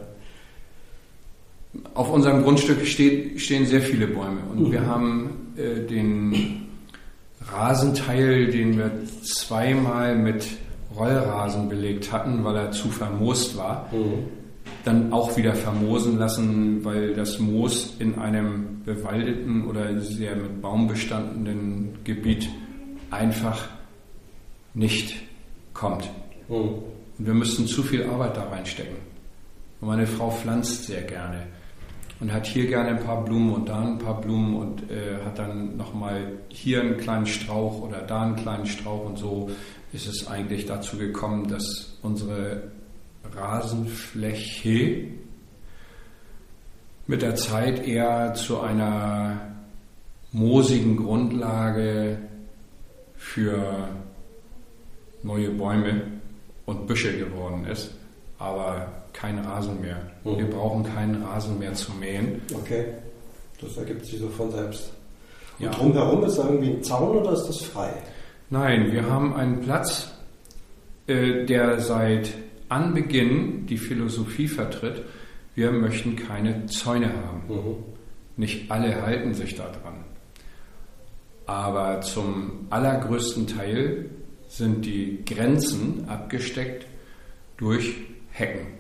Auf unserem Grundstück steht, stehen sehr viele Bäume und mhm. wir haben äh, den Rasenteil, den wir zweimal mit Rollrasen belegt hatten, weil er zu vermoost war, mhm. dann auch wieder vermoosen lassen, weil das Moos in einem bewaldeten oder sehr mit Baum bestandenen Gebiet einfach nicht kommt. Mhm. Und wir müssten zu viel Arbeit da reinstecken. Und meine Frau pflanzt sehr gerne und hat hier gerne ein paar Blumen und da ein paar Blumen und äh, hat dann nochmal hier einen kleinen Strauch oder da einen kleinen Strauch und so ist es eigentlich dazu gekommen, dass unsere Rasenfläche mit der Zeit eher zu einer moosigen Grundlage für neue Bäume und Büsche geworden ist, aber kein Rasen mehr. Mhm. Wir brauchen keinen Rasen mehr zu mähen. Okay, das ergibt sich so von selbst. Und ja. drumherum ist da irgendwie ein Zaun oder ist das frei? Nein, wir haben einen Platz, äh, der seit Anbeginn die Philosophie vertritt, wir möchten keine Zäune haben. Mhm. Nicht alle halten sich daran. Aber zum allergrößten Teil sind die Grenzen abgesteckt durch Hecken.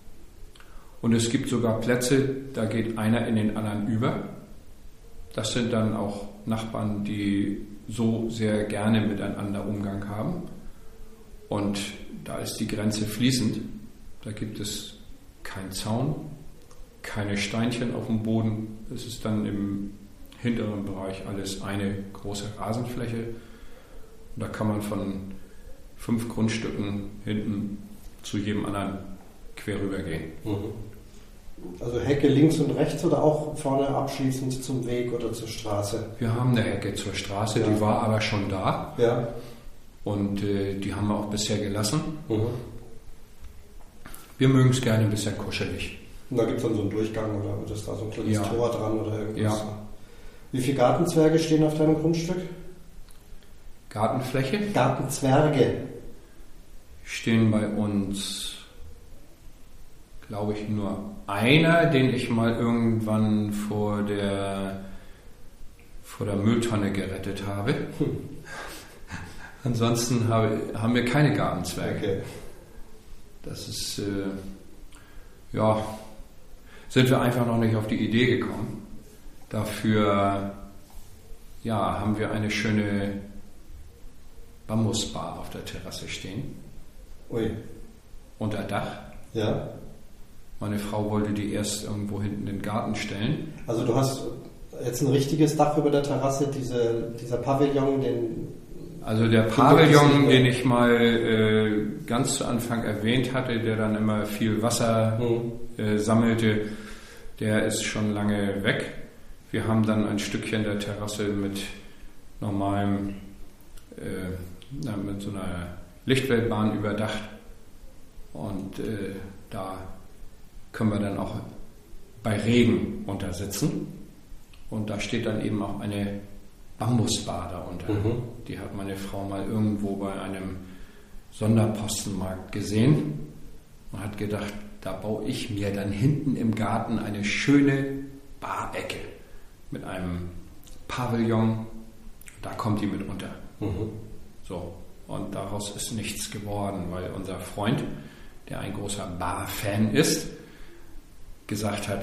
Und es gibt sogar Plätze, da geht einer in den anderen über. Das sind dann auch Nachbarn, die so sehr gerne miteinander Umgang haben. Und da ist die Grenze fließend. Da gibt es keinen Zaun, keine Steinchen auf dem Boden. Es ist dann im hinteren Bereich alles eine große Rasenfläche. Und da kann man von fünf Grundstücken hinten zu jedem anderen quer rübergehen. Mhm. Also Hecke links und rechts oder auch vorne abschließend zum Weg oder zur Straße? Wir haben eine Hecke zur Straße, ja. Die war aber schon da. Ja. Und äh, die haben wir auch bisher gelassen. Mhm. Wir mögen es gerne ein bisschen kuschelig. Und da gibt es dann so einen Durchgang oder ist da so ein kleines ja. Tor dran oder irgendwas? Ja. Wie viele Gartenzwerge stehen auf deinem Grundstück? Gartenfläche? Gartenzwerge. Stehen bei uns, glaube ich, nur einer, den ich mal irgendwann vor der, vor der Mülltonne gerettet habe. Hm. Ansonsten habe, haben wir keine Gartenzwerge. Okay. Das ist, äh, ja, sind wir einfach noch nicht auf die Idee gekommen. Dafür, ja, haben wir eine schöne Bambusbar auf der Terrasse stehen. Ui. Unter Dach. Ja. Meine Frau wollte die erst irgendwo hinten in den Garten stellen. Also du hast jetzt ein richtiges Dach über der Terrasse, diese, dieser Pavillon, den... Also der Pavillon, den ich mal äh, ganz zu Anfang erwähnt hatte, der dann immer viel Wasser hm. äh, sammelte, der ist schon lange weg. Wir haben dann ein Stückchen der Terrasse mit normalem, äh, na, mit so einer Lichtweltbahn überdacht. Und äh, da können wir dann auch bei Regen untersitzen. Und da steht dann eben auch eine Bambusbar darunter. Mhm. Die hat meine Frau mal irgendwo bei einem Sonderpostenmarkt gesehen und hat gedacht, da baue ich mir dann hinten im Garten eine schöne Barecke mit einem Pavillon. Da kommt die mit unter. Mhm. So, und daraus ist nichts geworden, weil unser Freund, der ein großer Bar-Fan ist, gesagt hat,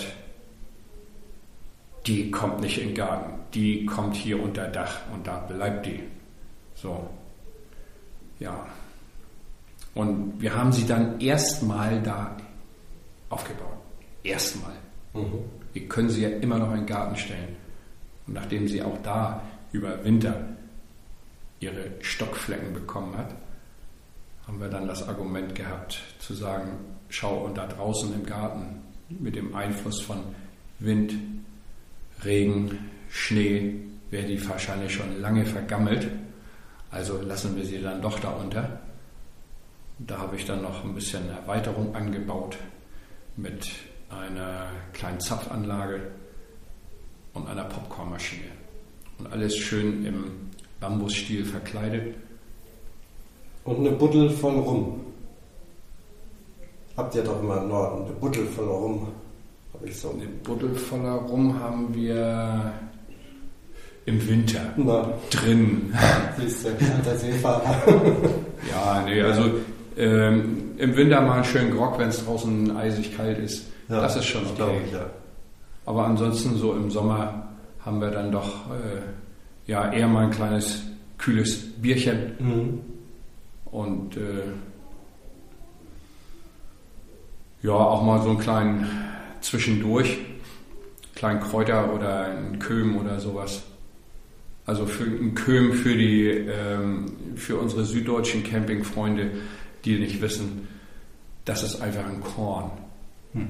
die kommt nicht in den Garten, die kommt hier unter Dach und da bleibt die. So, ja. Und wir haben sie dann erstmal da aufgebaut. Erstmal. Mhm. Wir können sie ja immer noch in den Garten stellen. Und nachdem sie auch da über Winter ihre Stockflecken bekommen hat, haben wir dann das Argument gehabt, zu sagen, schau, und da draußen im Garten mit dem Einfluss von Wind, Regen, Schnee, wäre die wahrscheinlich schon lange vergammelt. Also lassen wir sie dann doch da unter. Da habe ich dann noch ein bisschen Erweiterung angebaut mit einer kleinen Zapfanlage und einer Popcornmaschine. Und alles schön im Bambusstil verkleidet. Und eine Buddel von Rum. Habt ihr doch immer im Norden, eine Buddel voller Rum. Hab ich so. Eine Buddel voller Rum haben wir im Winter. Na. Drin. Siehst du, alter Seefahrer. Ja, nee, also ähm, im Winter mal einen schönen Grog, wenn es draußen eisig kalt ist. Ja, das ist schon okay. Glaube ich, ja. Aber ansonsten so im Sommer haben wir dann doch äh, ja eher mal ein kleines kühles Bierchen. Mhm. Und äh, ja, auch mal so einen kleinen zwischendurch, kleinen Kräuter oder einen Köhm oder sowas. Also für einen Köhm für die ähm, für unsere süddeutschen Campingfreunde, die nicht wissen, das ist einfach ein Korn. Hm.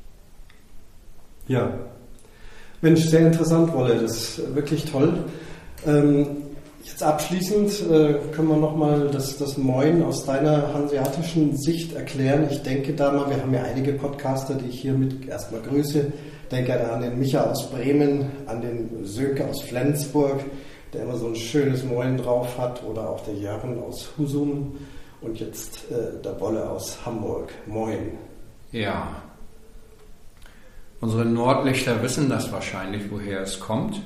Ja, Mensch, sehr interessant, Wolle, das ist wirklich toll. Ähm, jetzt abschließend äh, können wir nochmal das, das Moin aus deiner hanseatischen Sicht erklären. Ich denke da mal, wir haben ja einige Podcaster, die ich hiermit erstmal grüße. Ich denke an den Micha aus Bremen, an den Sönke aus Flensburg, der immer so ein schönes Moin drauf hat, oder auch der Jörn aus Husum und jetzt äh, der Wolle aus Hamburg. Moin. Ja. Unsere Nordlichter wissen das wahrscheinlich, woher es kommt.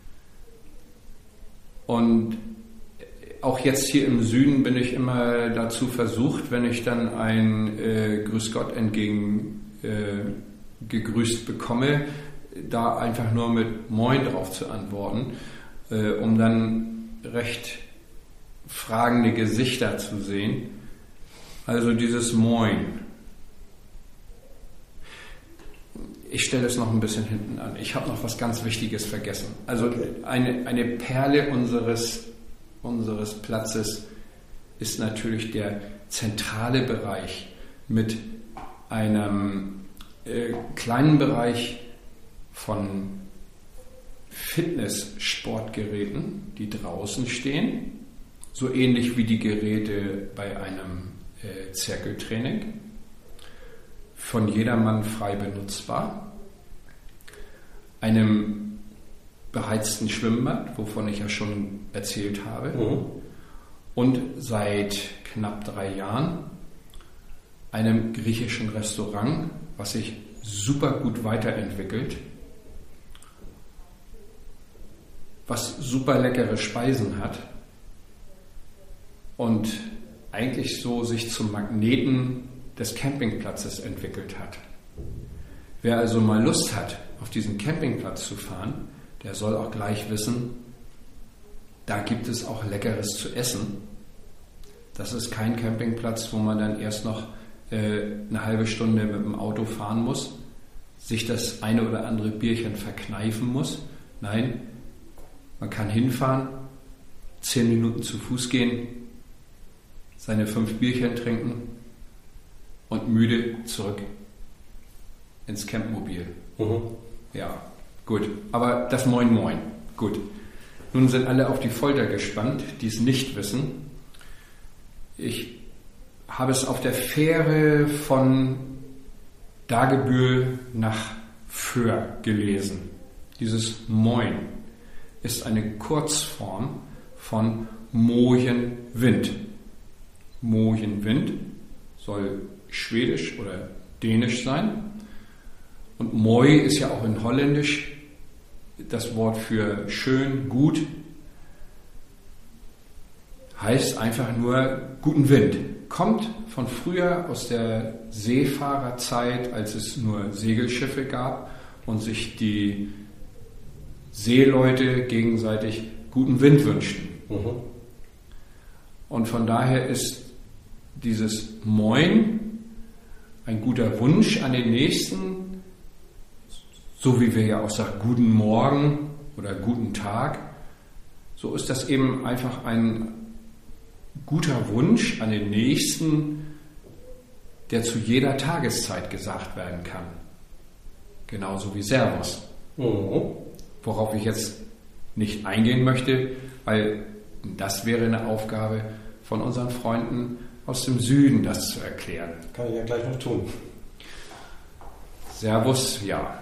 Und auch jetzt hier im Süden bin ich immer dazu versucht, wenn ich dann ein äh, Grüß Gott entgegen äh, gegrüßt bekomme, da einfach nur mit Moin drauf zu antworten, äh, um dann recht fragende Gesichter zu sehen. Also dieses Moin. Ich stelle es noch ein bisschen hinten an. Ich habe noch was ganz Wichtiges vergessen. Also okay. eine, eine Perle unseres, unseres Platzes ist natürlich der zentrale Bereich mit einem äh, kleinen Bereich von Fitness-Sportgeräten, die draußen stehen, so ähnlich wie die Geräte bei einem äh, Zirkeltraining. Von jedermann frei benutzbar, einem beheizten Schwimmbad, wovon ich ja schon erzählt habe, mhm. und seit knapp drei Jahren einem griechischen Restaurant, was sich super gut weiterentwickelt, was super leckere Speisen hat und eigentlich so sich zum Magneten des Campingplatzes entwickelt hat. Wer also mal Lust hat, auf diesen Campingplatz zu fahren, der soll auch gleich wissen, da gibt es auch Leckeres zu essen. Das ist kein Campingplatz, wo man dann erst noch äh, eine halbe Stunde mit dem Auto fahren muss, sich das eine oder andere Bierchen verkneifen muss. Nein, man kann hinfahren, zehn Minuten zu Fuß gehen, seine fünf Bierchen trinken und müde zurück ins Campmobil. Mhm. Ja, gut. Aber das Moin Moin. Gut. Nun sind alle auf die Folter gespannt, die es nicht wissen. Ich habe es auf der Fähre von Dagebühl nach Föhr gelesen. Dieses Moin. ist eine Kurzform von Mojenwind. Mojenwind soll schwedisch oder dänisch sein. Und Moi ist ja auch in Holländisch das Wort für schön, gut. Heißt einfach nur guten Wind. Kommt von früher aus der Seefahrerzeit, als es nur Segelschiffe gab und sich die Seeleute gegenseitig guten Wind wünschten. Mhm. Und von daher ist dieses Moin ein guter Wunsch an den Nächsten, so wie wir ja auch sagen, guten Morgen oder guten Tag. So ist das eben einfach ein guter Wunsch an den Nächsten, der zu jeder Tageszeit gesagt werden kann. Genauso wie Servus. Mhm. Worauf ich jetzt nicht eingehen möchte, weil das wäre eine Aufgabe von unseren Freunden aus dem Süden, das zu erklären. Kann ich ja gleich noch tun. Servus, ja.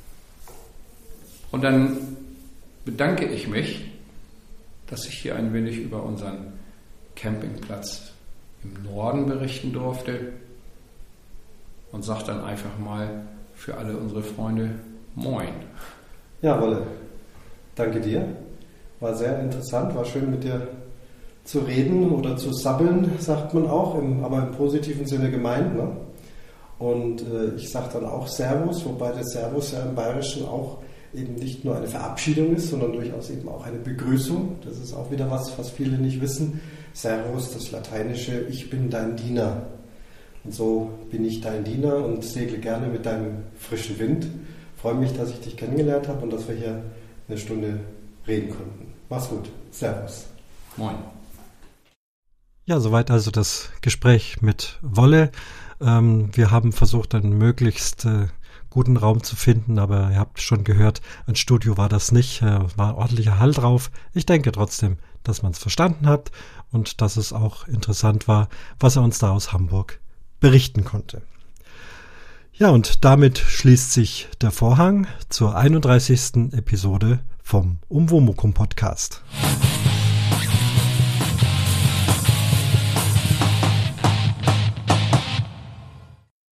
Und dann bedanke ich mich, dass ich hier ein wenig über unseren Campingplatz im Norden berichten durfte und sage dann einfach mal für alle unsere Freunde Moin. Ja, Wolle, danke dir. War sehr interessant, war schön mit dir zu reden oder zu sabbeln, sagt man auch, im, aber im positiven Sinne gemeint. Ne? Und äh, ich sage dann auch Servus, wobei das Servus ja im Bayerischen auch eben nicht nur eine Verabschiedung ist, sondern durchaus eben auch eine Begrüßung. Das ist auch wieder was, was viele nicht wissen. Servus, das lateinische, ich bin dein Diener. Und so bin ich dein Diener und segle gerne mit deinem frischen Wind. Freue mich, dass ich dich kennengelernt habe und dass wir hier eine Stunde reden konnten. Mach's gut. Servus. Moin. Ja, soweit also das Gespräch mit Wolle. Ähm, wir haben versucht, einen möglichst äh, guten Raum zu finden, aber ihr habt schon gehört, ein Studio war das nicht, äh, war ordentlicher Hall drauf. Ich denke trotzdem, dass man es verstanden hat und dass es auch interessant war, was er uns da aus Hamburg berichten konnte. Ja, und damit schließt sich der Vorhang zur einunddreißigsten Episode vom Umwomukum Podcast.